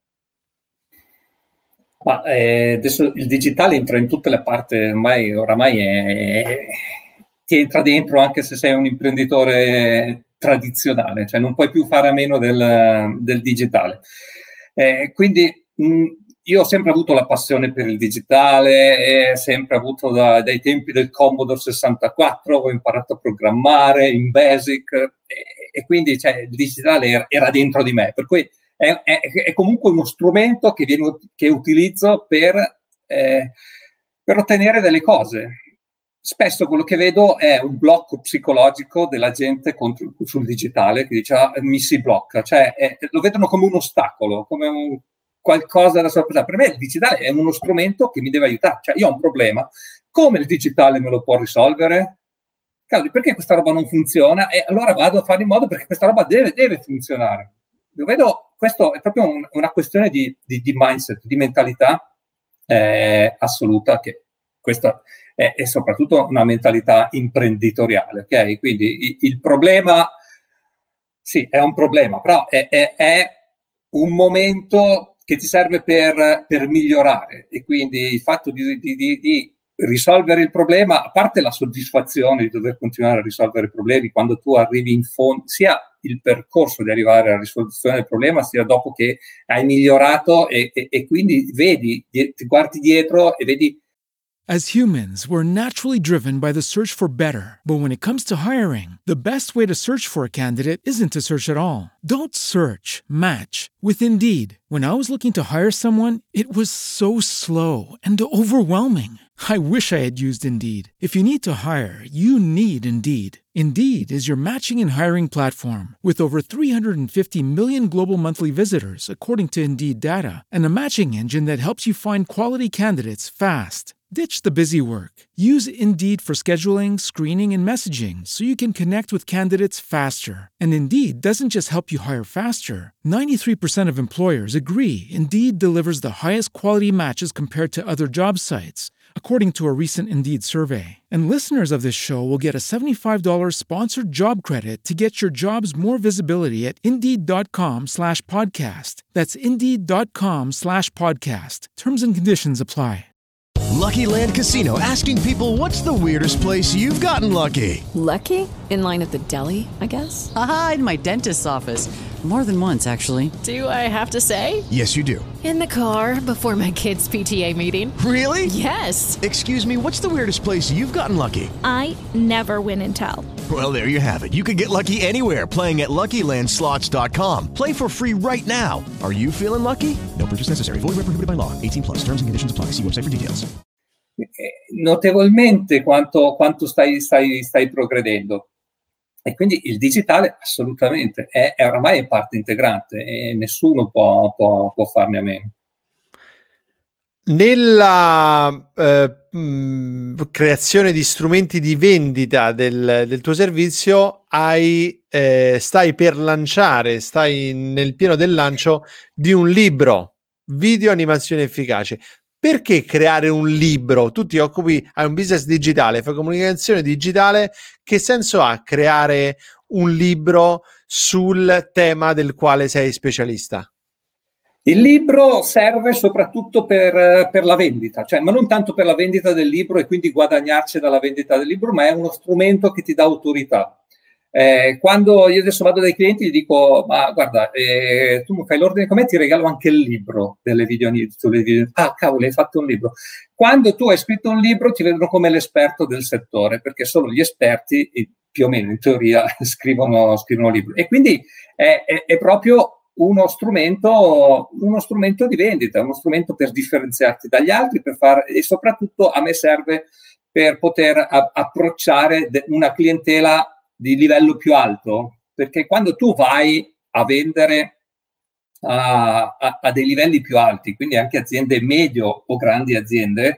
Ma adesso il digitale entra in tutte le parti, oramai ti entra dentro anche se sei un imprenditore tradizionale, cioè non puoi più fare a meno del digitale. Quindi io ho sempre avuto la passione per il digitale, sempre avuto dai tempi del Commodore 64, ho imparato a programmare in Basic, e quindi cioè, il digitale era dentro di me, per cui è comunque uno strumento che utilizzo per ottenere delle cose. Spesso quello che vedo è un blocco psicologico della gente sul digitale, che dice mi si blocca, cioè lo vedono come un ostacolo, come qualcosa da sorpresa. Per me il digitale è uno strumento che mi deve aiutare, cioè io ho un problema, come il digitale me lo può risolvere? Cavoli, perché questa roba non funziona? E allora vado a fare in modo perché questa roba deve funzionare. Lo vedo, questo è proprio una questione di mindset, di mentalità assoluta, che questa è soprattutto una mentalità imprenditoriale, ok? Quindi il problema, sì, è un problema, però è un momento che ti serve per migliorare, e quindi il fatto di risolvere il problema, a parte la soddisfazione di dover continuare a risolvere problemi quando tu arrivi in fondo, sia il percorso di arrivare alla risoluzione del problema, sia dopo che hai migliorato e quindi vedi, ti guardi dietro e vedi As humans, we're naturally driven by the search for better. But when it comes to hiring, the best way to search for a candidate isn't to search at all. Don't search, match with Indeed. When I was looking to hire someone, it was so slow and overwhelming. I wish I had used Indeed. If you need to hire, you need Indeed. Indeed is your matching and hiring platform with over 350 million global monthly visitors, according to Indeed data, and a matching engine that helps you find quality candidates fast. Ditch the busy work. Use Indeed for scheduling, screening, and messaging so you can connect with candidates faster. And Indeed doesn't just help you hire faster. 93% of employers agree Indeed delivers the highest quality matches compared to other job sites, according to a recent Indeed survey. And listeners of this show will get a $75 sponsored job credit to get your jobs more visibility at Indeed.com/podcast. That's Indeed.com/podcast. Terms and conditions apply. Lucky Land Casino, asking people, what's the weirdest place you've gotten lucky? Lucky? In line at the deli, I guess? Aha, in my dentist's office. More than once, actually. Do I have to say? Yes, you do. In the car before my kids' PTA meeting. Really? Yes. Excuse me, what's the weirdest place you've gotten lucky? I never win and tell. Well, there you have it. You can get lucky anywhere, playing at LuckyLandSlots.com. Play for free right now. Are you feeling lucky? No purchase necessary. Void where prohibited by law. 18 plus. Terms and conditions apply. See website for details. Notevolmente quanto stai progredendo. E quindi il digitale assolutamente è oramai parte integrante e nessuno può farne a meno. Nella creazione di strumenti di vendita del tuo servizio stai nel pieno del lancio di un libro, Video Animazione Efficace. Perché creare un libro? Tu ti occupi, hai un business digitale, fai comunicazione digitale, che senso ha creare un libro sul tema del quale sei specialista? Il libro serve soprattutto per la vendita, cioè, ma non tanto per la vendita del libro e quindi guadagnarci dalla vendita del libro, ma è uno strumento che ti dà autorità. Quando io adesso vado dai clienti gli dico, ma guarda, tu fai l'ordine con me, ti regalo anche il libro delle video. Ah, cavolo, hai fatto un libro. Quando tu hai scritto un libro ti vedono come l'esperto del settore, perché solo gli esperti, più o meno in teoria, scrivono libri. E quindi è proprio uno strumento di vendita, uno strumento per differenziarti dagli altri, e soprattutto a me serve per poter approcciare una clientela di livello più alto, perché quando tu vai a vendere a dei livelli più alti, quindi anche aziende medio o grandi aziende,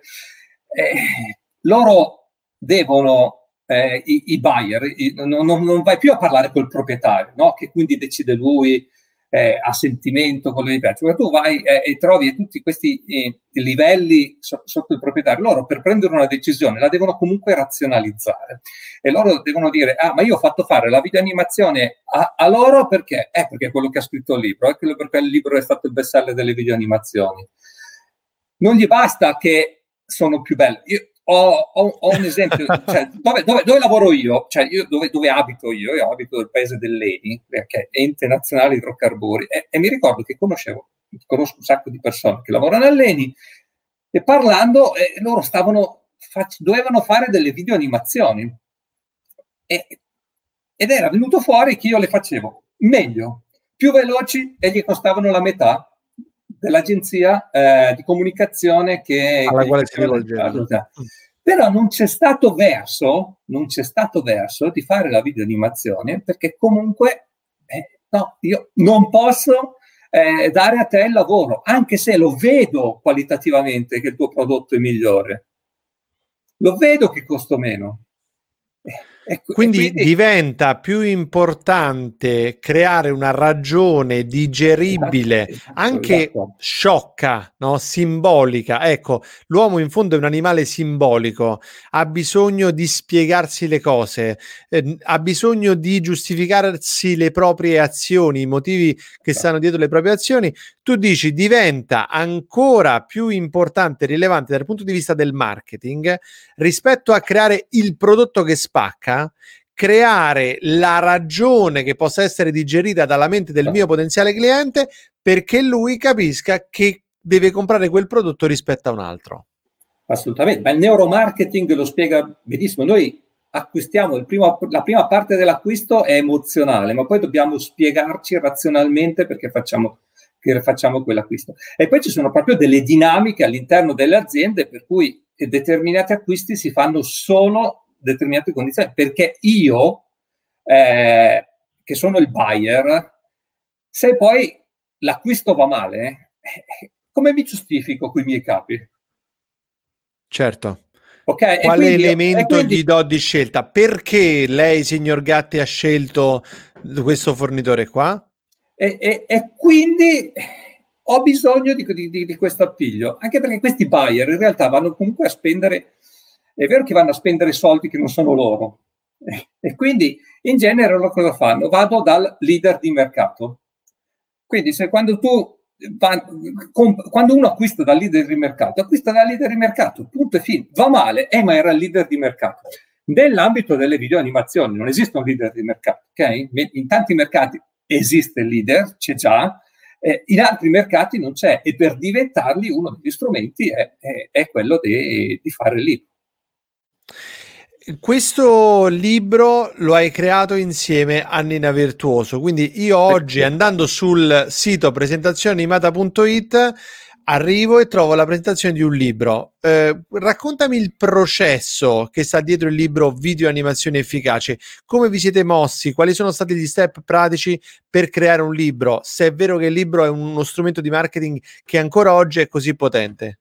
loro devono, i buyer, non vai più a parlare col proprietario, no? Che quindi decide lui a sentimento quello di prezzo. Tu vai e trovi tutti questi livelli sotto il proprietario. Loro per prendere una decisione la devono comunque razionalizzare e loro devono dire, ma io ho fatto fare la videoanimazione a loro perché è quello che ha scritto il libro, è quello perché il libro è stato il best seller delle videoanimazioni. Non gli basta che sono più belle. Io ho un esempio, cioè, dove lavoro io, cioè dove abito io abito nel paese dell'ENI, che è Ente Nazionale Idrocarburi, e mi ricordo che conosco un sacco di persone che lavorano all'ENI e parlando loro dovevano fare delle videoanimazioni ed era venuto fuori che io le facevo meglio, più veloci e gli costavano la metà dell'agenzia di comunicazione alla quale si rivolgeva. Però non c'è stato verso di fare la videoanimazione, perché comunque no, io non posso dare a te il lavoro, anche se lo vedo qualitativamente che il tuo prodotto è migliore, lo vedo che costo meno. Quindi diventa più importante creare una ragione digeribile, anche sciocca, no? Simbolica. Ecco, l'uomo in fondo è un animale simbolico, ha bisogno di spiegarsi le cose, ha bisogno di giustificarsi le proprie azioni, i motivi che stanno dietro le proprie azioni. Tu dici diventa ancora più importante e rilevante dal punto di vista del marketing rispetto a creare il prodotto che spacca, creare la ragione che possa essere digerita dalla mente del mio potenziale cliente perché lui capisca che deve comprare quel prodotto rispetto a un altro. Assolutamente, ma il neuromarketing lo spiega benissimo. Noi acquistiamo, la prima parte dell'acquisto è emozionale, ma poi dobbiamo spiegarci razionalmente perché facciamo quell'acquisto. E poi ci sono proprio delle dinamiche all'interno delle aziende per cui determinati acquisti si fanno solo determinate condizioni, perché io, che sono il buyer, se poi l'acquisto va male, come mi giustifico coi miei capi? Certo. Okay, quale elemento gli do di scelta? Perché lei, signor Gatti, ha scelto questo fornitore qua? E quindi ho bisogno di questo appiglio, anche perché questi buyer in realtà vanno comunque a spendere, è vero che vanno a spendere soldi che non sono loro, e quindi in genere loro cosa fanno? Vado dal leader di mercato. Quindi quando uno acquista dal leader di mercato, punto e fine. Va male, ma era il leader di mercato. Nell'ambito delle videoanimazioni non esiste un leader di mercato, ok? In tanti mercati esiste il leader, c'è già, in altri mercati non c'è, e per diventarli uno degli strumenti è quello di fare il libro. Questo libro lo hai creato insieme a Nina Virtuoso, quindi io oggi, andando sul sito presentazioneanimata.it, arrivo e trovo la presentazione di un libro. Raccontami il processo che sta dietro il libro Video Animazione Efficace. Come vi siete mossi? Quali sono stati gli step pratici per creare un libro? Se è vero che il libro è uno strumento di marketing che ancora oggi è così potente.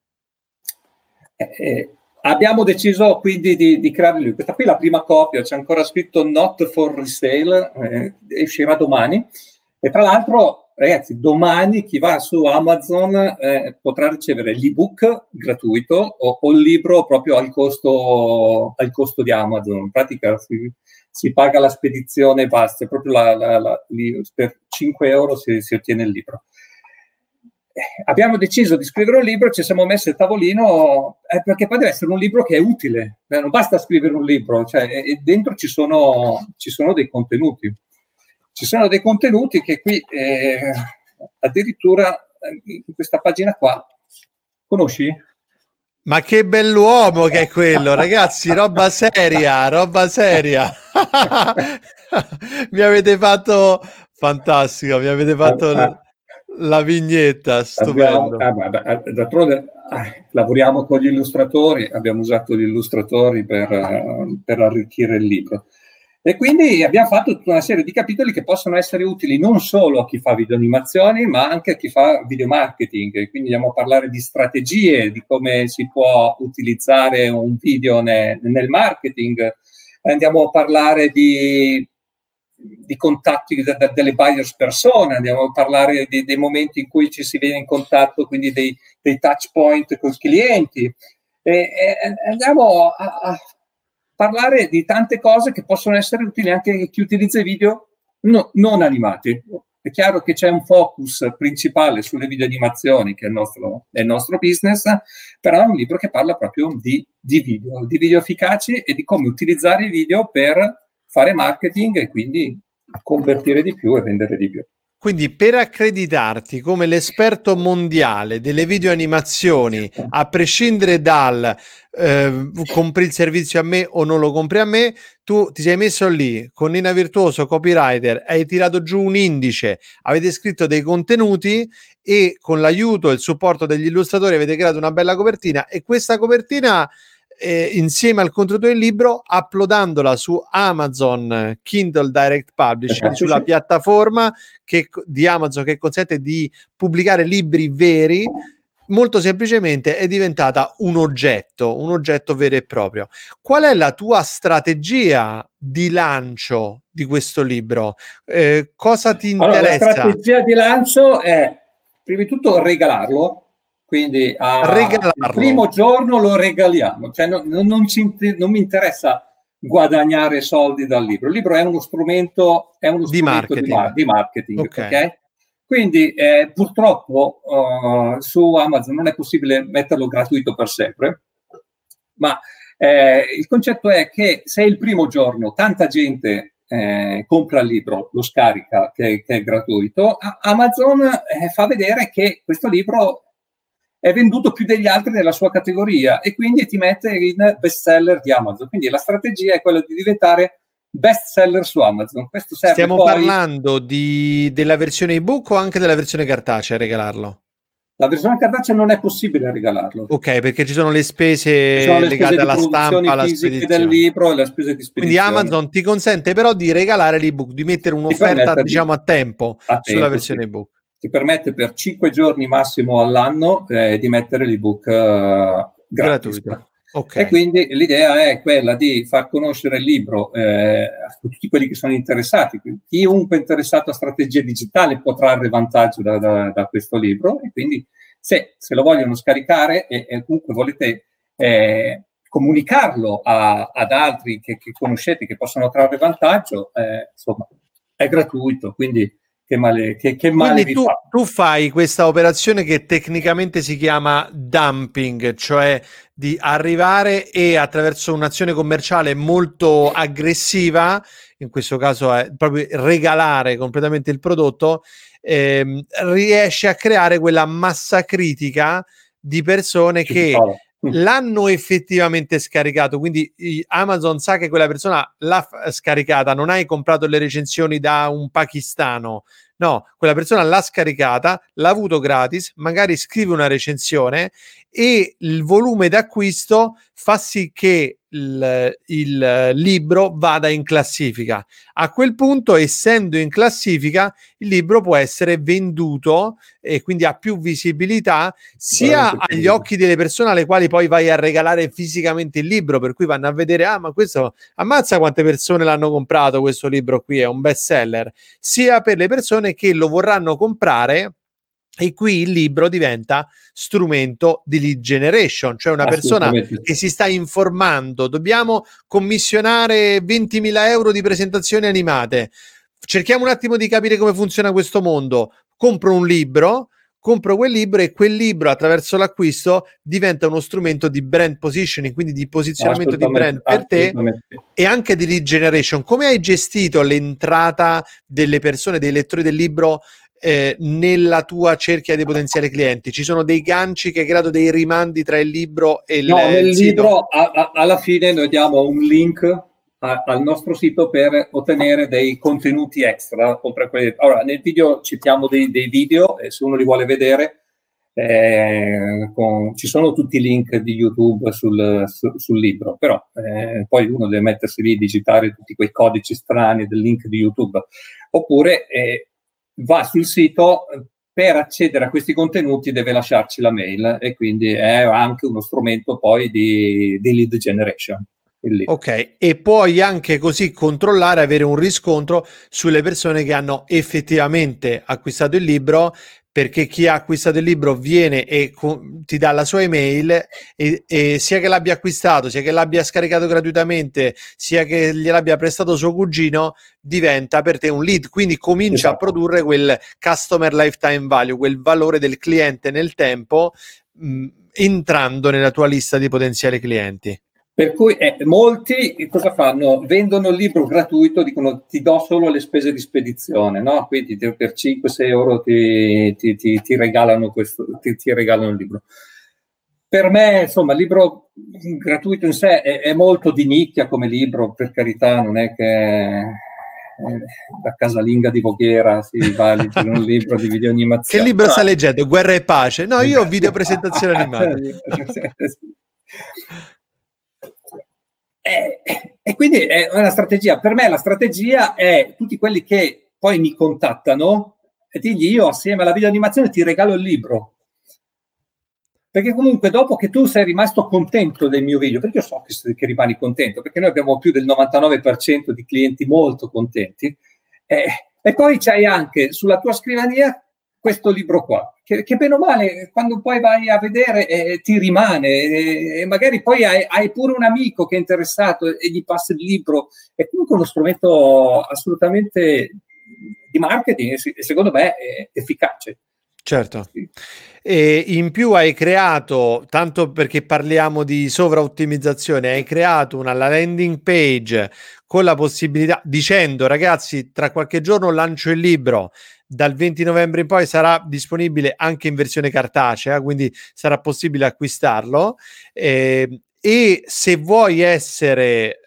Abbiamo deciso quindi di creare il libro. Questa qui è la prima copia, c'è ancora scritto not for resale, uscirà domani. E tra l'altro, ragazzi, domani chi va su Amazon potrà ricevere l'ebook gratuito o il libro proprio al costo di Amazon. In pratica si paga la spedizione e basta, proprio per 5 euro si ottiene il libro. Abbiamo deciso di scrivere un libro, ci siamo messi al tavolino, perché poi deve essere un libro che è utile, non basta scrivere un libro, cioè dentro ci sono dei contenuti. Ci sono dei contenuti che qui addirittura in questa pagina qua, conosci? Ma che bell'uomo che è quello, ragazzi, roba seria. Mi avete fatto fantastico, mi avete fatto la vignetta, stupendo. D'altronde lavoriamo con gli illustratori, abbiamo usato gli illustratori per arricchire il libro. E quindi abbiamo fatto tutta una serie di capitoli che possono essere utili non solo a chi fa videoanimazioni, ma anche a chi fa video marketing. E quindi andiamo a parlare di strategie, di come si può utilizzare un video nel marketing. Andiamo a parlare di contatti delle buyers persona, andiamo a parlare dei momenti in cui ci si viene in contatto, quindi dei touch point con i clienti. E andiamo a parlare di tante cose che possono essere utili anche a chi utilizza i video non animati. È chiaro che c'è un focus principale sulle videoanimazioni, che è il nostro business, però è un libro che parla proprio di video efficaci e di come utilizzare i video per fare marketing e quindi convertire di più e vendere di più. Quindi per accreditarti come l'esperto mondiale delle videoanimazioni, a prescindere dal compri il servizio a me o non lo compri a me, tu ti sei messo lì con Nina Virtuoso, copywriter, hai tirato giù un indice, avete scritto dei contenuti e con l'aiuto e il supporto degli illustratori avete creato una bella copertina, e questa copertina insieme al contenuto del libro, uploadandola su Amazon Kindle Direct Publishing, sulla piattaforma di Amazon che consente di pubblicare libri veri, molto semplicemente è diventata un oggetto vero e proprio. Qual è la tua strategia di lancio di questo libro? Cosa ti interessa? La strategia di lancio è prima di tutto regalarlo. Quindi il primo giorno lo regaliamo, cioè non mi interessa guadagnare soldi dal libro. Il libro è uno strumento di marketing. Okay? Quindi purtroppo su Amazon non è possibile metterlo gratuito per sempre, ma il concetto è che se il primo giorno tanta gente compra il libro, lo scarica, che è gratuito, Amazon fa vedere che questo libro è venduto più degli altri nella sua categoria e quindi ti mette in bestseller di Amazon. Quindi la strategia è quella di diventare bestseller su Amazon. Questo serve. Stiamo poi... parlando della versione ebook o anche della versione cartacea, regalarlo? La versione cartacea non è possibile regalarlo. Ok, perché ci sono le spese legate alla stampa, alla spedizione del libro e le spese di spedizione. Quindi Amazon ti consente però di regalare l'ebook, di mettere un'offerta diciamo a tempo sulla versione ebook. Ti permette per 5 giorni massimo all'anno di mettere l'ebook gratuito. Okay. E quindi l'idea è quella di far conoscere il libro a tutti quelli che sono interessati. Quindi chiunque interessato a strategia digitale può trarre vantaggio da questo libro, e quindi se lo vogliono scaricare e comunque volete comunicarlo ad altri che conoscete, che possono trarre vantaggio, insomma, è gratuito, quindi che male vi fa. Tu fai questa operazione che tecnicamente si chiama dumping, cioè di arrivare e attraverso un'azione commerciale molto aggressiva, in questo caso è proprio regalare completamente il prodotto, riesci a creare quella massa critica di persone che l'hanno effettivamente scaricato, quindi Amazon sa che quella persona l'ha scaricata, non hai comprato le recensioni da un pakistano, no, quella persona l'ha scaricata, l'ha avuto gratis, magari scrive una recensione e il volume d'acquisto fa sì che il libro vada in classifica. A quel punto, essendo in classifica, il libro può essere venduto e quindi ha più visibilità sia agli occhi delle persone alle quali poi vai a regalare fisicamente il libro, per cui vanno a vedere, ma questo, ammazza quante persone l'hanno comprato questo libro qui, è un best seller, sia per le persone che lo vorranno comprare. E qui il libro diventa strumento di lead generation, cioè una persona che si sta informando, dobbiamo commissionare 20.000 euro di presentazioni animate, cerchiamo un attimo di capire come funziona questo mondo, compro quel libro e quel libro attraverso l'acquisto diventa uno strumento di brand positioning, quindi di posizionamento di brand per te e anche di lead generation. Come hai gestito l'entrata delle persone, dei lettori del libro nella tua cerchia dei potenziali clienti? Ci sono dei ganci che hai creato, dei rimandi tra il libro e il sito? Nel libro alla fine noi diamo un link al nostro sito per ottenere dei contenuti extra. Allora, nel video citiamo dei video, e se uno li vuole vedere ci sono tutti i link di YouTube sul libro, però poi uno deve mettersi lì, digitare tutti quei codici strani del link di YouTube, oppure va sul sito. Per accedere a questi contenuti deve lasciarci la mail, e quindi è anche uno strumento poi di lead generation. Ok, e puoi anche così controllare, avere un riscontro sulle persone che hanno effettivamente acquistato il libro, perché chi ha acquistato il libro viene e ti dà la sua email e sia che l'abbia acquistato, sia che l'abbia scaricato gratuitamente, sia che gliel'abbia prestato suo cugino, diventa per te un lead, quindi comincia a produrre quel customer lifetime value, quel valore del cliente nel tempo, entrando nella tua lista di potenziali clienti. Per cui molti cosa fanno? Vendono il libro gratuito, dicono ti do solo le spese di spedizione, no? Quindi per 5-6 euro ti regalano ti regalano il libro. Per me, insomma, il libro gratuito in sé è molto di nicchia come libro, per carità, non è che da casalinga di Voghera si va a leggere un libro di videoanimazione. Che libro sta leggendo? Guerra e pace? No, io ho video presentazione animata. E quindi è una strategia. Per me la strategia è tutti quelli che poi mi contattano e digli io assieme alla videoanimazione ti regalo il libro, perché comunque dopo che tu sei rimasto contento del mio video, perché io so che rimani contento, perché noi abbiamo più del 99% di clienti molto contenti, e poi c'hai anche sulla tua scrivania questo libro qua, che bene o male, quando poi vai a vedere ti rimane, e magari poi hai pure un amico che è interessato e gli passa il libro. È comunque uno strumento assolutamente di marketing e secondo me è efficace. Certo. E in più hai creato, tanto perché parliamo di sovraottimizzazione, hai creato la landing page con la possibilità, dicendo ragazzi tra qualche giorno lancio il libro, dal 20 novembre in poi sarà disponibile anche in versione cartacea, quindi sarà possibile acquistarlo. E se vuoi essere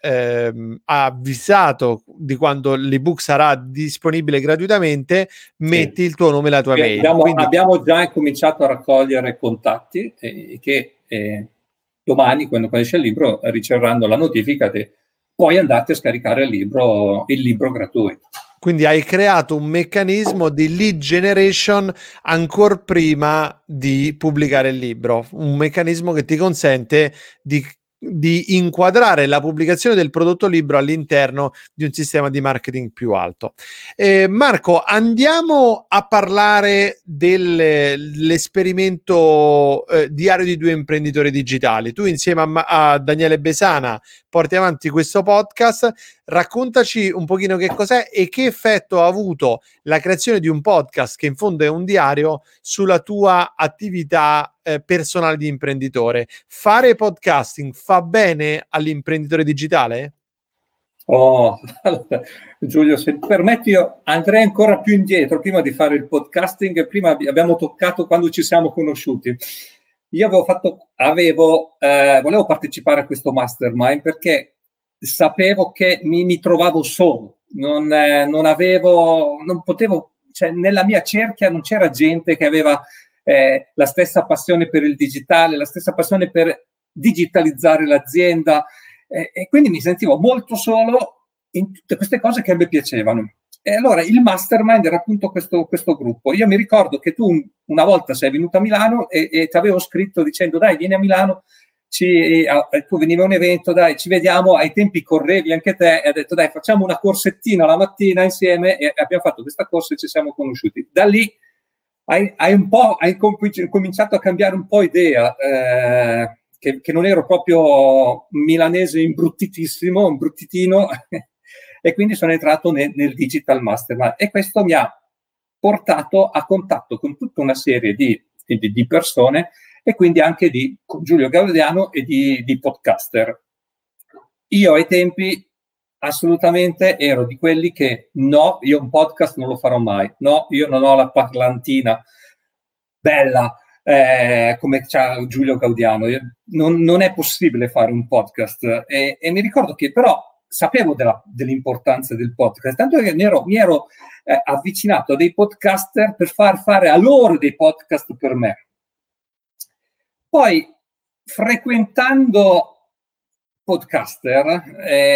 avvisato di quando l'ebook sarà disponibile gratuitamente, metti il tuo nome e la tua mail. Abbiamo già cominciato a raccogliere contatti che domani, quando esce il libro, riceveranno la notifica che poi andate a scaricare il libro gratuito. Quindi hai creato un meccanismo di lead generation ancora prima di pubblicare il libro, un meccanismo che ti consente di inquadrare la pubblicazione del prodotto libro all'interno di un sistema di marketing più alto. Marco, andiamo a parlare dell'esperimento diario di due imprenditori digitali. Tu insieme a Daniele Besana porti avanti questo podcast. Raccontaci un pochino che cos'è e che effetto ha avuto la creazione di un podcast, che in fondo è un diario, sulla tua attività personale di imprenditore. Fare podcasting fa bene all'imprenditore digitale? Allora, Giulio, se permetti, io andrei ancora più indietro. Prima di fare il podcasting, prima abbiamo toccato quando ci siamo conosciuti. Io volevo partecipare a questo mastermind perché sapevo che mi trovavo solo, non potevo, cioè nella mia cerchia non c'era gente che aveva la stessa passione per il digitale, la stessa passione per digitalizzare l'azienda, e quindi mi sentivo molto solo in tutte queste cose che a me piacevano. E allora il mastermind era appunto questo gruppo. Io mi ricordo che tu una volta sei venuto a Milano e ti avevo scritto dicendo: dai, vieni a Milano, tu veniva a un evento, dai, ci vediamo. Ai tempi correvi anche te, e ha detto: dai, facciamo una corsettina la mattina insieme, e abbiamo fatto questa corsa e ci siamo conosciuti. Da lì hai cominciato a cambiare un po' idea, che non ero proprio milanese imbruttitissimo, imbruttitino, e quindi sono entrato nel Digital Mastermind, e questo mi ha portato a contatto con tutta una serie di persone, e quindi anche con Giulio Gaudiano e di podcaster. Io ai tempi assolutamente ero di quelli che no, io un podcast non lo farò mai, no, io non ho la parlantina bella come c'ha Giulio Gaudiano, non è possibile fare un podcast, e mi ricordo che però sapevo dell'importanza del podcast, tanto che mi ero avvicinato a dei podcaster per far fare a loro dei podcast per me. Poi, frequentando podcaster, a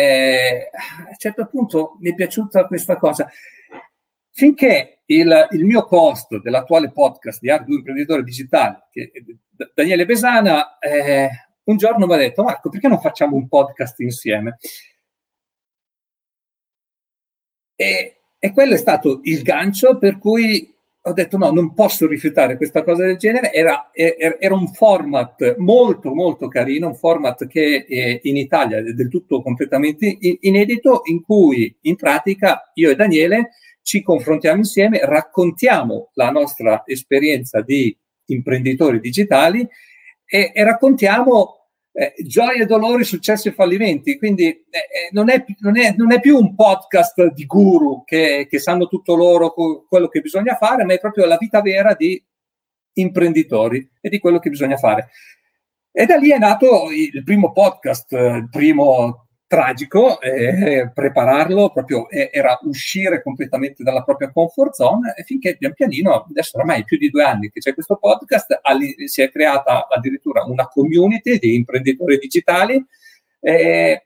un certo punto mi è piaciuta questa cosa, finché il mio host dell'attuale podcast di Arte di un imprenditore digitale, che è Daniele Besana, un giorno mi ha detto: Marco, perché non facciamo un podcast insieme? E quello è stato il gancio per cui ho detto: no, non posso rifiutare questa cosa del genere. Era un format molto molto carino, un format che in Italia è del tutto completamente inedito, in cui in pratica io e Daniele ci confrontiamo insieme, raccontiamo la nostra esperienza di imprenditori digitali e raccontiamo gioie, dolori, successi e fallimenti. Quindi non è più un podcast di guru che sanno tutto loro quello che bisogna fare, ma è proprio la vita vera di imprenditori e di quello che bisogna fare. E da lì è nato il primo podcast, il primo tragico. Prepararlo proprio era uscire completamente dalla propria comfort zone, e finché pian pianino, adesso ormai è più di 2 anni che c'è questo podcast, si è creata addirittura una community di imprenditori digitali, e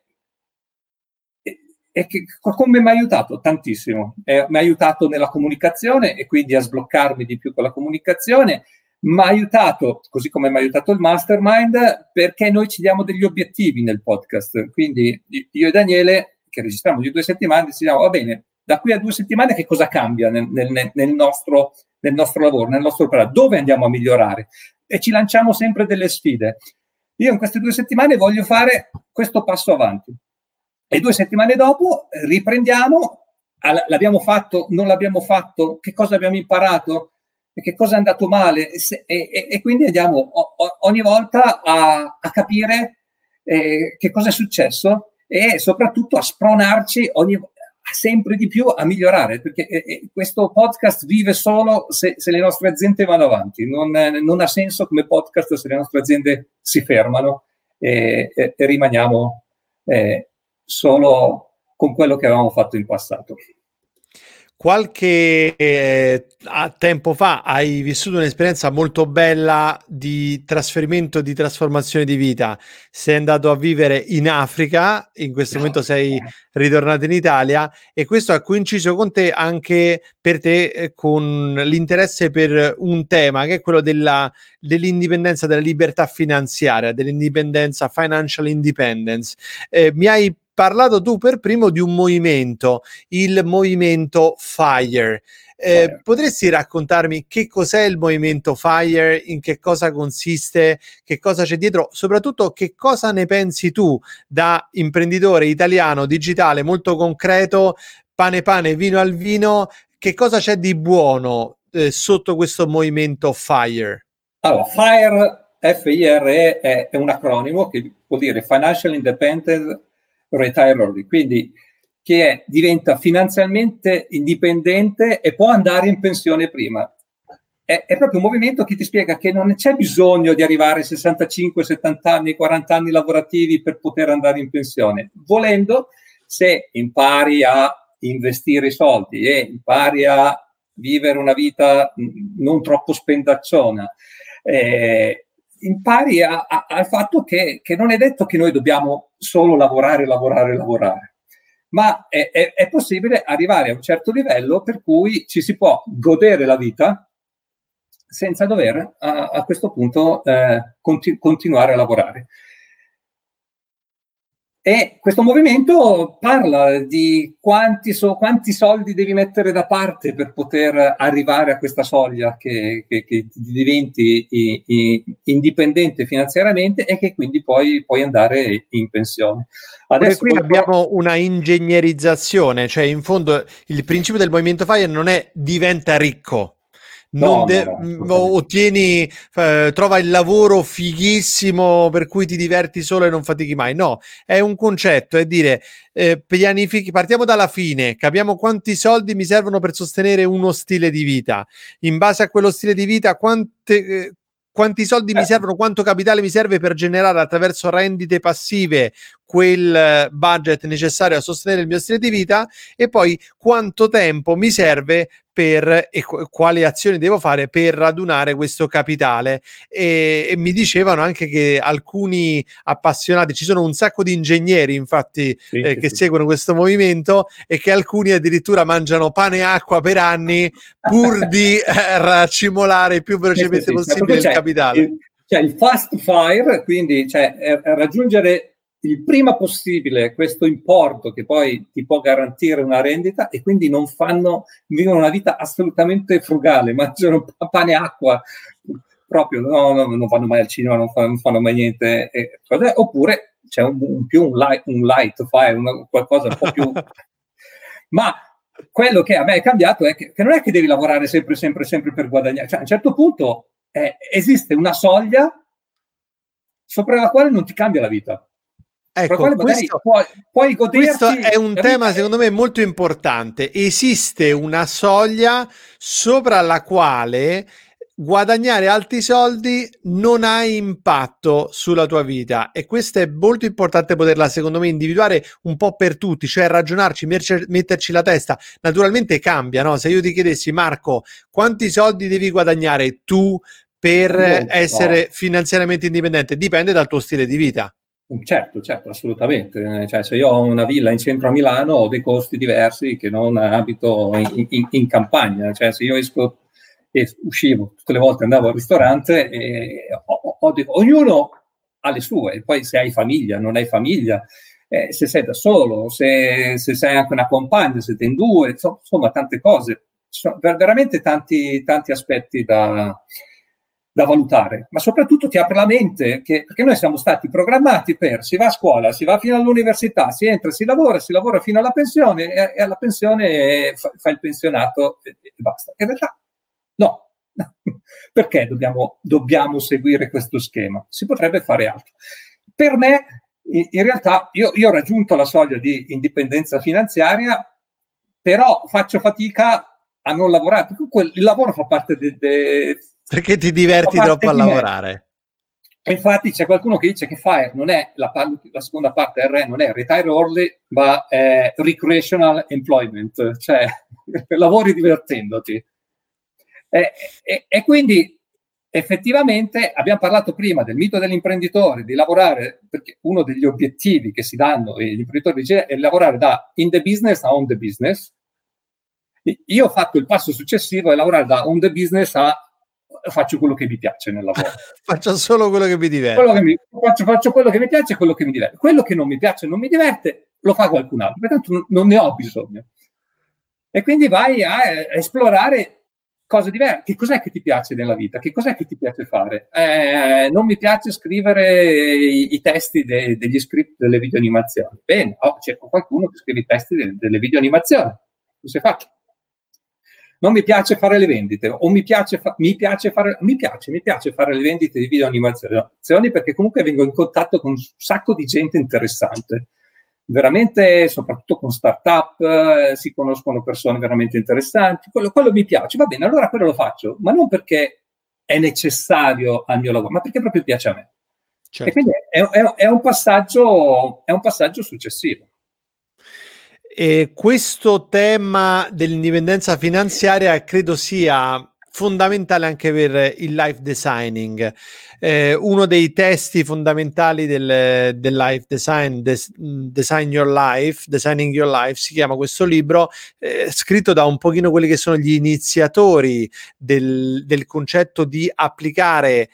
che come mi ha aiutato tantissimo. Mi ha aiutato nella comunicazione, e quindi a sbloccarmi di più con la comunicazione. Mi ha aiutato, così come mi ha aiutato il mastermind, perché noi ci diamo degli obiettivi nel podcast. Quindi io e Daniele, che registriamo di 2 settimane, diciamo: va bene, da qui a 2 settimane che cosa cambia nel nostro lavoro, nel nostro operato, dove andiamo a migliorare, e ci lanciamo sempre delle sfide. Io in queste 2 settimane voglio fare questo passo avanti, e 2 settimane dopo riprendiamo. L'abbiamo fatto, non l'abbiamo fatto, che cosa abbiamo imparato, che cosa è andato male, e quindi andiamo ogni volta a capire che cosa è successo, e soprattutto a spronarci sempre di più a migliorare, perché questo podcast vive solo se le nostre aziende vanno avanti. Non ha senso come podcast se le nostre aziende si fermano e rimaniamo solo con quello che avevamo fatto in passato. Qualche tempo fa hai vissuto un'esperienza molto bella di trasferimento, di trasformazione di vita. Sei andato a vivere in Africa, in questo momento sei ritornato in Italia, e questo ha coinciso con te anche per te con l'interesse per un tema che è quello dell'indipendenza, della libertà finanziaria, dell'indipendenza, financial independence. Mi hai parlato tu per primo di un movimento, il movimento FIRE. Potresti raccontarmi che cos'è il movimento FIRE, in che cosa consiste, che cosa c'è dietro, soprattutto che cosa ne pensi tu da imprenditore italiano digitale molto concreto, pane pane, vino al vino, che cosa c'è di buono sotto questo movimento FIRE? Allora, FIRE, F-I-R-E, è un acronimo che vuol dire Financial Independent Retire Early, quindi che diventa finanziariamente indipendente e può andare in pensione prima. È proprio un movimento che ti spiega che non c'è bisogno di arrivare a 65, 70 anni, 40 anni lavorativi per poter andare in pensione. Volendo, se impari a investire i soldi e impari a vivere una vita non troppo spendacciona, impari al fatto che non è detto che noi dobbiamo solo lavorare, ma è possibile arrivare a un certo livello per cui ci si può godere la vita senza dover a questo punto continuare a lavorare. E questo movimento parla di quanti soldi devi mettere da parte per poter arrivare a questa soglia che diventi indipendente finanziariamente e che quindi puoi andare in pensione. Adesso qui abbiamo una ingegnerizzazione, cioè in fondo il principio del movimento FIRE non è diventa ricco. Ottieni, trova il lavoro fighissimo per cui ti diverti solo e non fatichi mai. No, è un concetto, è dire pianifichi, partiamo dalla fine, capiamo quanti soldi mi servono per sostenere uno stile di vita. In base a quello stile di vita, quanti soldi mi servono, quanto capitale mi serve per generare attraverso rendite passive quel budget necessario a sostenere il mio stile di vita, e poi quanto tempo mi serve e quali azioni devo fare per radunare questo capitale. E mi dicevano anche che alcuni appassionati, ci sono un sacco di ingegneri infatti che seguono questo movimento, e che alcuni addirittura mangiano pane e acqua per anni pur di raccimolare il più velocemente possibile il capitale. Il fast FIRE, quindi raggiungere il prima possibile questo importo che poi ti può garantire una rendita, e quindi vivono una vita assolutamente frugale, mangiano pane e acqua proprio, non vanno mai al cinema, non fanno mai niente, oppure c'è un light FIRE, qualcosa un po' più ma quello che a me è cambiato è che non è che devi lavorare sempre per guadagnare, cioè a un certo punto esiste una soglia sopra la quale non ti cambia la vita. Ecco, puoi goderti. Questo è un tema secondo me molto importante. Esiste una soglia sopra la quale guadagnare alti soldi non ha impatto sulla tua vita, e questo è molto importante poterla secondo me individuare un po' per tutti, cioè ragionarci, metterci la testa. Naturalmente cambia, no? Se io ti chiedessi, Marco, quanti soldi devi guadagnare tu per essere finanziariamente indipendente, dipende dal tuo stile di vita. Certo, assolutamente. Cioè, se io ho una villa in centro a Milano ho dei costi diversi che non abito in campagna. Cioè, se io esco e uscivo tutte le volte, andavo al ristorante, e ognuno ha le sue. Poi se hai famiglia, non hai famiglia, se sei da solo, se sei anche una compagna, se sei in due, insomma tante cose. Sono veramente tanti aspetti da valutare, ma soprattutto ti apre la mente, perché noi siamo stati programmati si va a scuola, si va fino all'università, si entra, si lavora fino alla pensione, e alla pensione fa il pensionato e basta. In realtà no. Perché dobbiamo seguire questo schema? Si potrebbe fare altro. Per me, in realtà, io ho raggiunto la soglia di indipendenza finanziaria però faccio fatica a non lavorare, perché il lavoro fa parte perché ti diverti troppo a lavorare. E infatti c'è qualcuno che dice che FIRE non è la seconda parte, R non è retire early, ma è recreational employment, cioè lavori divertendoti. E quindi effettivamente abbiamo parlato prima del mito dell'imprenditore, di lavorare, perché uno degli obiettivi che si danno gli imprenditori è lavorare da in the business a on the business. Io ho fatto il passo successivo, è lavorare da on the business a faccio quello che mi piace nel lavoro. Faccio solo quello che mi diverte. Faccio quello che mi piace e quello che mi diverte. Quello che non mi piace e non mi diverte lo fa qualcun altro, pertanto non ne ho bisogno. E quindi vai a esplorare cose diverse. Che cos'è che ti piace nella vita? Che cos'è che ti piace fare? Non mi piace scrivere i testi degli script delle videoanimazioni. Bene, c'è qualcuno che scrive i testi delle videoanimazioni. Cosa faccio? Non mi piace fare le vendite, o mi piace fare le vendite di videoanimazioni, perché comunque vengo in contatto con un sacco di gente interessante, veramente, soprattutto con start-up, si conoscono persone veramente interessanti, quello mi piace, va bene, allora quello lo faccio, ma non perché è necessario al mio lavoro, ma perché proprio piace a me. Certo. E quindi è un passaggio successivo. E questo tema dell'indipendenza finanziaria credo sia fondamentale anche per il life designing. Uno dei testi fondamentali del life design, Designing Your Life, si chiama questo libro, scritto da un pochino quelli che sono gli iniziatori del concetto di applicare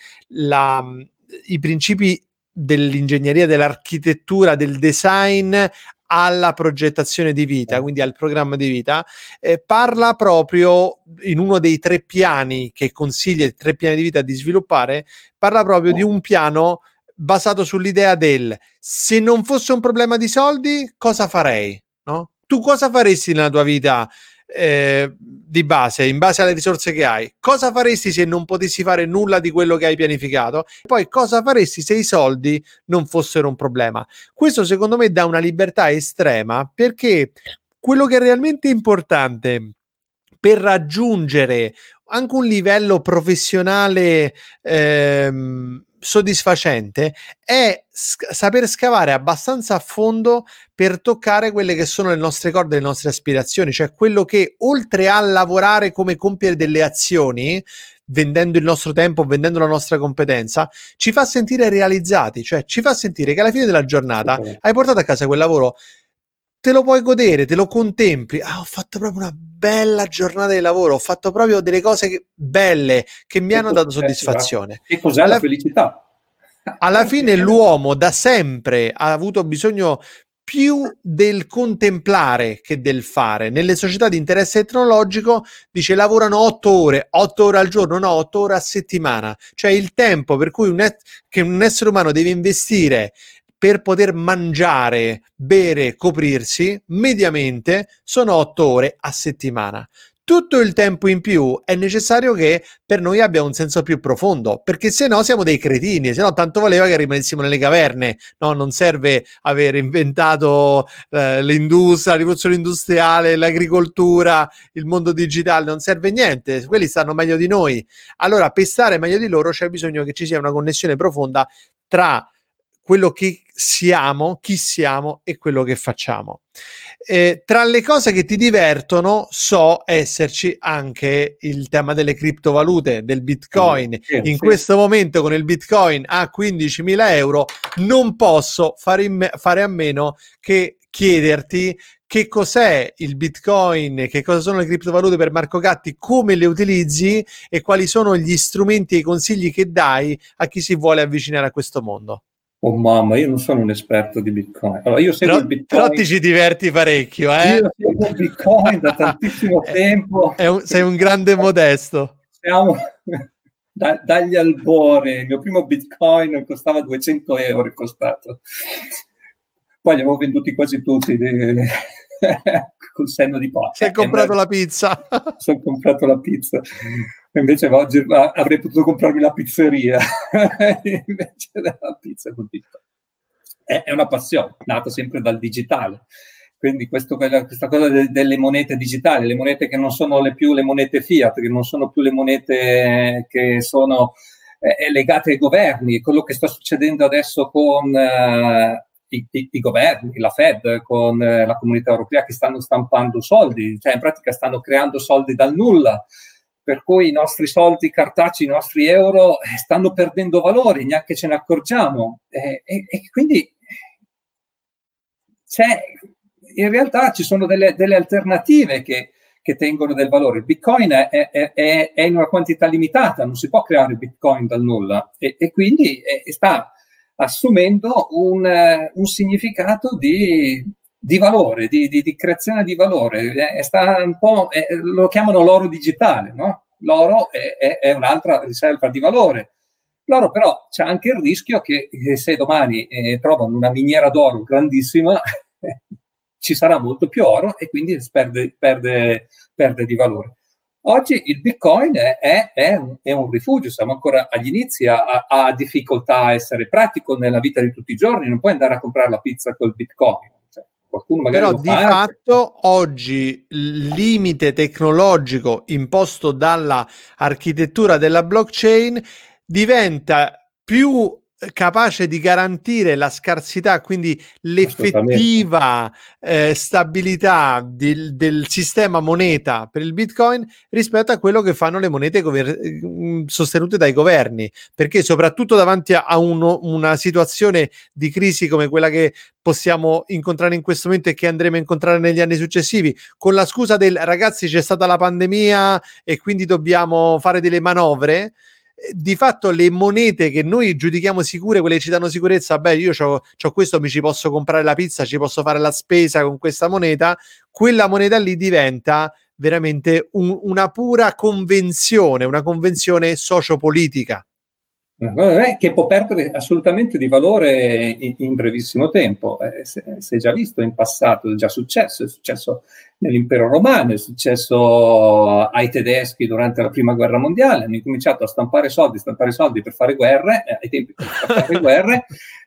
i principi dell'ingegneria, dell'architettura, del design alla progettazione di vita, quindi al programma di vita. Parla proprio in uno dei 3 piani che consiglia, i 3 piani di vita di sviluppare, parla proprio di un piano basato sull'idea del se non fosse un problema di soldi, cosa farei? No? Tu cosa faresti nella tua vita di base, in base alle risorse che hai? Cosa faresti se non potessi fare nulla di quello che hai pianificato? Poi cosa faresti se i soldi non fossero un problema? Questo secondo me dà una libertà estrema, perché quello che è realmente importante per raggiungere anche un livello professionale soddisfacente è saper scavare abbastanza a fondo per toccare quelle che sono le nostre corde, le nostre aspirazioni, cioè quello che oltre a lavorare come compiere delle azioni, vendendo il nostro tempo, vendendo la nostra competenza, ci fa sentire realizzati, cioè ci fa sentire che alla fine della giornata hai portato a casa quel lavoro, te lo puoi godere, te lo contempli, ho fatto proprio una bella giornata di lavoro, ho fatto proprio delle cose belle che mi hanno dato soddisfazione. Che cos'è la felicità? Alla fine l'uomo da sempre ha avuto bisogno più del contemplare che del fare. Nelle società di interesse tecnologico dice lavorano 8 ore al giorno, no, 8 ore a settimana, cioè il tempo per cui che un essere umano deve investire per poter mangiare, bere, coprirsi, mediamente sono 8 ore a settimana. Tutto il tempo in più è necessario che per noi abbia un senso più profondo, perché se no siamo dei cretini, se no tanto valeva che rimanessimo nelle caverne, no? Non serve aver inventato l'industria, la rivoluzione industriale, l'agricoltura, il mondo digitale, non serve niente, quelli stanno meglio di noi. Allora, per stare meglio di loro c'è bisogno che ci sia una connessione profonda tra quello che siamo, chi siamo e quello che facciamo. Tra le cose che ti divertono so esserci anche il tema delle criptovalute, del Bitcoin. In questo momento con il Bitcoin a 15.000 euro non posso fare a meno che chiederti che cos'è il Bitcoin, che cosa sono le criptovalute per Marco Gatti, come le utilizzi e quali sono gli strumenti e i consigli che dai a chi si vuole avvicinare a questo mondo. Oh mamma, io non sono un esperto di Bitcoin. Allora, io seguo il Bitcoin. Però ti ci diverti parecchio, Io seguo il Bitcoin da tantissimo tempo. Sei un grande modesto. Siamo dagli albori. Il mio primo Bitcoin costava 200 euro, è costato. Poi li avevo venduti quasi tutti col senno di poi. Si è comprato la pizza. Sono comprato la pizza. Invece oggi avrei potuto comprarmi la pizzeria invece della pizza con Bitcoin. È una passione nata sempre dal digitale, Quindi questa cosa delle monete digitali, le monete che non sono più le monete fiat, che non sono più le monete che sono legate ai governi, quello che sta succedendo adesso con i governi, la Fed, con la Comunità Europea che stanno stampando soldi, cioè in pratica stanno creando soldi dal nulla, per cui i nostri soldi cartacei, i nostri euro stanno perdendo valore, neanche ce ne accorgiamo. E quindi in realtà ci sono delle alternative che tengono del valore. Il Bitcoin è in una quantità limitata, non si può creare Bitcoin dal nulla e quindi sta assumendo un significato di valore, di creazione di valore. Sta un po', lo chiamano l'oro digitale, no? L'oro è un'altra riserva di valore. L'oro però c'è anche il rischio che se domani trovano una miniera d'oro grandissima, ci sarà molto più oro e quindi perde di valore. Oggi il Bitcoin è un rifugio, siamo ancora agli inizi, ha difficoltà a essere pratico nella vita di tutti i giorni, non puoi andare a comprare la pizza col Bitcoin. Cioè, qualcuno magari però di fatto oggi il limite tecnologico imposto dalla architettura della blockchain diventa più capace di garantire la scarsità, quindi l'effettiva stabilità del sistema moneta per il Bitcoin rispetto a quello che fanno le monete sostenute dai governi, perché soprattutto davanti a una situazione di crisi come quella che possiamo incontrare in questo momento e che andremo a incontrare negli anni successivi, con la scusa del ragazzi c'è stata la pandemia e quindi dobbiamo fare delle manovre, di fatto le monete che noi giudichiamo sicure, quelle che ci danno sicurezza, beh io c'ho questo, mi ci posso comprare la pizza, ci posso fare la spesa con questa moneta, quella moneta lì diventa veramente una pura convenzione, una convenzione sociopolitica. Che può perdere assolutamente di valore in brevissimo tempo. Si è già visto in passato, è già successo, è successo nell'impero romano, è successo ai tedeschi durante la prima guerra mondiale, hanno incominciato a stampare soldi per fare guerre, ai tempi per fare guerre,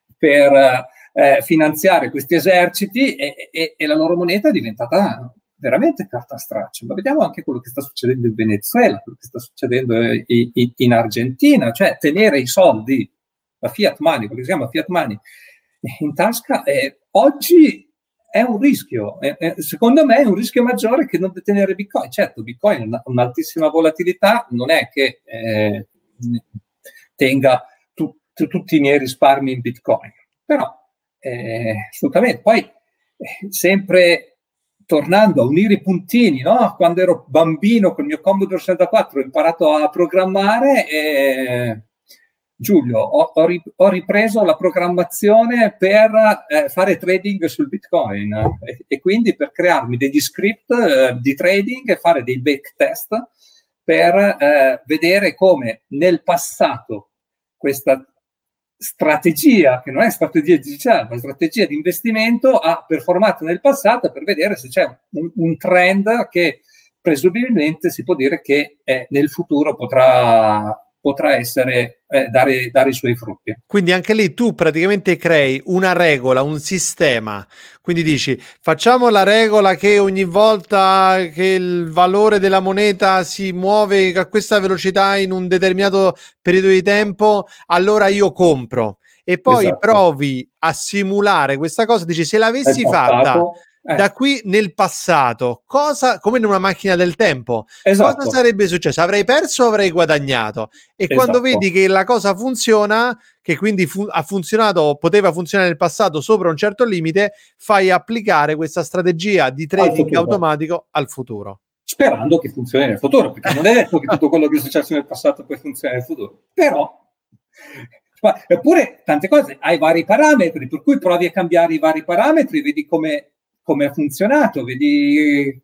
per finanziare questi eserciti e la loro moneta è diventata veramente carta straccia. Ma vediamo anche quello che sta succedendo in Venezuela, quello che sta succedendo in Argentina, cioè tenere i soldi, la fiat money, quello che si chiama fiat money, in tasca, oggi è un rischio. Secondo me è un rischio maggiore che non detenere Bitcoin. Certo, Bitcoin ha un'altissima volatilità, non è che tenga tutti i miei risparmi in Bitcoin, però assolutamente. Poi sempre tornando a unire i puntini, no? Quando ero bambino con il mio Commodore 64 ho imparato a programmare Giulio, ho ripreso la programmazione per fare trading sul Bitcoin e quindi per crearmi degli script di trading e fare dei backtest per vedere come nel passato questa strategia, che non è strategia digitale, ma strategia di investimento, ha performato nel passato per vedere se c'è un trend che presumibilmente si può dire che nel futuro potrà essere dare i suoi frutti. Quindi anche lì tu praticamente crei una regola, un sistema, quindi dici facciamo la regola che ogni volta che il valore della moneta si muove a questa velocità in un determinato periodo di tempo, allora io compro e poi esatto. Provi a simulare questa cosa, dici se l'avessi fatta da qui nel passato, come in una macchina del tempo, esatto. Cosa sarebbe successo? Avrei perso o avrei guadagnato? E quando vedi che la cosa funziona, che quindi ha funzionato, poteva funzionare nel passato sopra un certo limite, fai applicare questa strategia di trading automatico al futuro. Sperando che funzioni nel futuro, perché non è detto che tutto quello che è successo nel passato poi funziona nel futuro. Però eppure tante cose, hai vari parametri, per cui provi a cambiare i vari parametri, vedi come ha funzionato, vedi,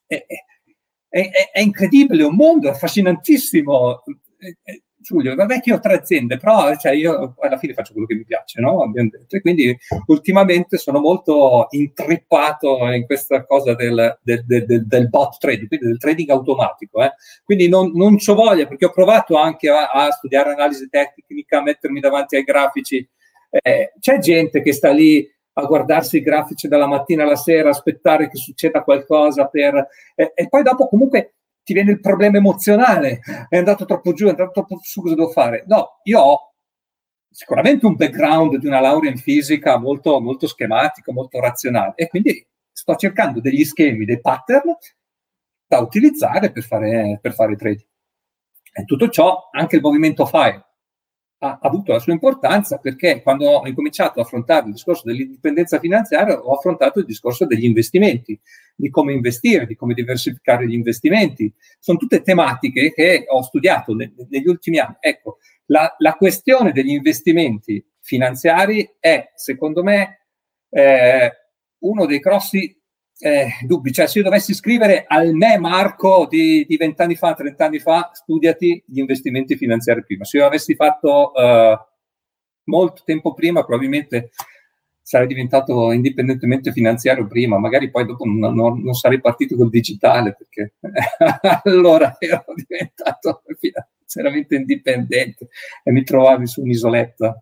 è incredibile, è un mondo affascinantissimo. Giulio, vabbè che ho 3 aziende, però io alla fine faccio quello che mi piace, no? Abbiamo detto. E quindi ultimamente sono molto intrippato in questa cosa del bot trading, quindi del trading automatico. Quindi non c'ho voglia, perché ho provato anche a studiare analisi tecnica, a mettermi davanti ai grafici. C'è gente che sta lì a guardarsi i grafici dalla mattina alla sera, aspettare che succeda qualcosa e poi dopo comunque ti viene il problema emozionale, è andato troppo giù, è andato troppo su, cosa devo fare? No, io ho sicuramente un background di una laurea in fisica molto, molto schematico, molto razionale, e quindi sto cercando degli schemi, dei pattern da utilizzare per fare trading. E tutto ciò, anche il movimento FIRE ha avuto la sua importanza, perché quando ho incominciato a affrontare il discorso dell'indipendenza finanziaria, ho affrontato il discorso degli investimenti, di come investire, di come diversificare gli investimenti. Sono tutte tematiche che ho studiato negli ultimi anni. Ecco, la questione degli investimenti finanziari è, secondo me, uno dei grossi dubbi. Cioè, se io dovessi scrivere al me Marco di 20 anni fa, 30 anni fa, studiati gli investimenti finanziari prima. Se io avessi fatto molto tempo prima, probabilmente sarei diventato indipendentemente finanziario prima, magari poi dopo non sarei partito col digitale, perché allora ero diventato finanziariamente indipendente e mi trovavi su un'isoletta.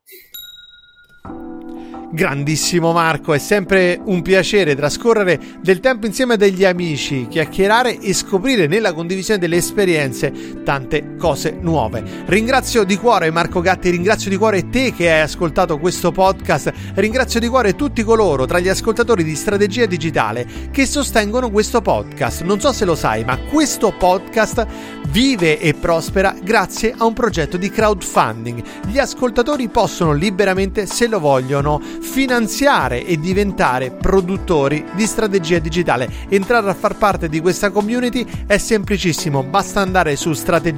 Grandissimo Marco, è sempre un piacere trascorrere del tempo insieme a degli amici, chiacchierare e scoprire nella condivisione delle esperienze tante cose nuove. Ringrazio di cuore Marco Gatti, ringrazio di cuore te che hai ascoltato questo podcast, ringrazio di cuore tutti coloro tra gli ascoltatori di Strategia Digitale che sostengono questo podcast. Non so se lo sai, ma questo podcast vive e prospera grazie a un progetto di crowdfunding. Gli ascoltatori possono liberamente, se lo vogliono, finanziare e diventare produttori di strategia digitale. Entrare a far parte di questa community è semplicissimo, basta andare su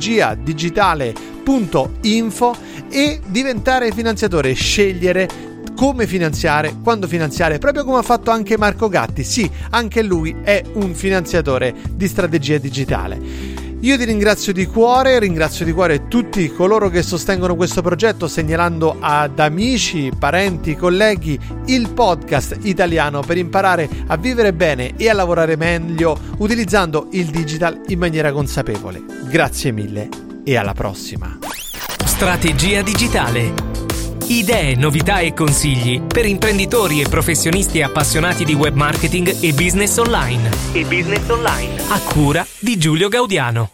strategiadigitale.info e diventare finanziatore, scegliere come finanziare, quando finanziare, proprio come ha fatto anche Marco Gatti. Sì, anche lui è un finanziatore di strategia digitale. Io ti ringrazio di cuore tutti coloro che sostengono questo progetto, segnalando ad amici, parenti, colleghi il podcast italiano per imparare a vivere bene e a lavorare meglio utilizzando il digital in maniera consapevole. Grazie mille e alla prossima. Strategia digitale. Idee, novità e consigli per imprenditori e professionisti appassionati di web marketing e business online. A cura di Giulio Gaudiano.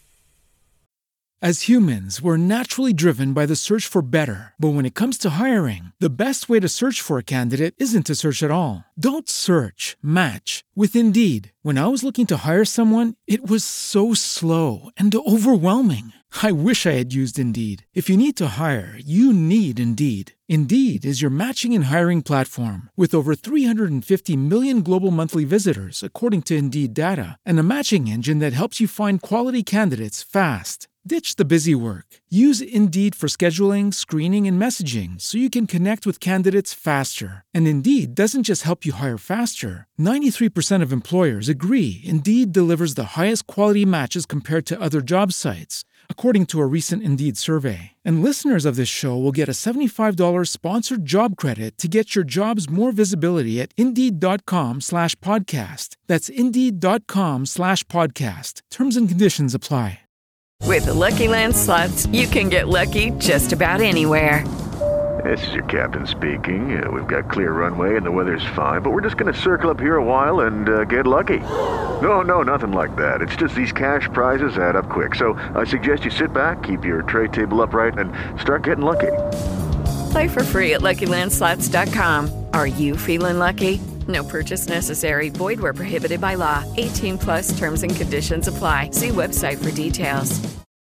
As humans, we're naturally driven by the search for better. But when it comes to hiring, the best way to search for a candidate isn't to search at all. Don't search, match with Indeed. When I was looking to hire someone, it was so slow and overwhelming. I wish I had used Indeed. If you need to hire, you need Indeed. Indeed is your matching and hiring platform with over 350 million global monthly visitors, according to Indeed data, and a matching engine that helps you find quality candidates fast. Ditch the busy work. Use Indeed for scheduling, screening, and messaging so you can connect with candidates faster. And Indeed doesn't just help you hire faster. 93% of employers agree Indeed delivers the highest quality matches compared to other job sites, according to a recent Indeed survey. And listeners of this show will get a $75 sponsored job credit to get your jobs more visibility at Indeed.com/podcast. That's Indeed.com/podcast. Terms and conditions apply. With the Lucky Land Slots, you can get lucky just about anywhere. This is your captain speaking. We've got clear runway and the weather's fine, but we're just going to circle up here a while and get lucky. No, nothing like that. It's just these cash prizes add up quick. So I suggest you sit back, keep your tray table upright, and start getting lucky. Play for free at LuckyLandSlots.com. Are you feeling lucky? No purchase necessary. Void where prohibited by law. 18+ terms and conditions apply. See website for details.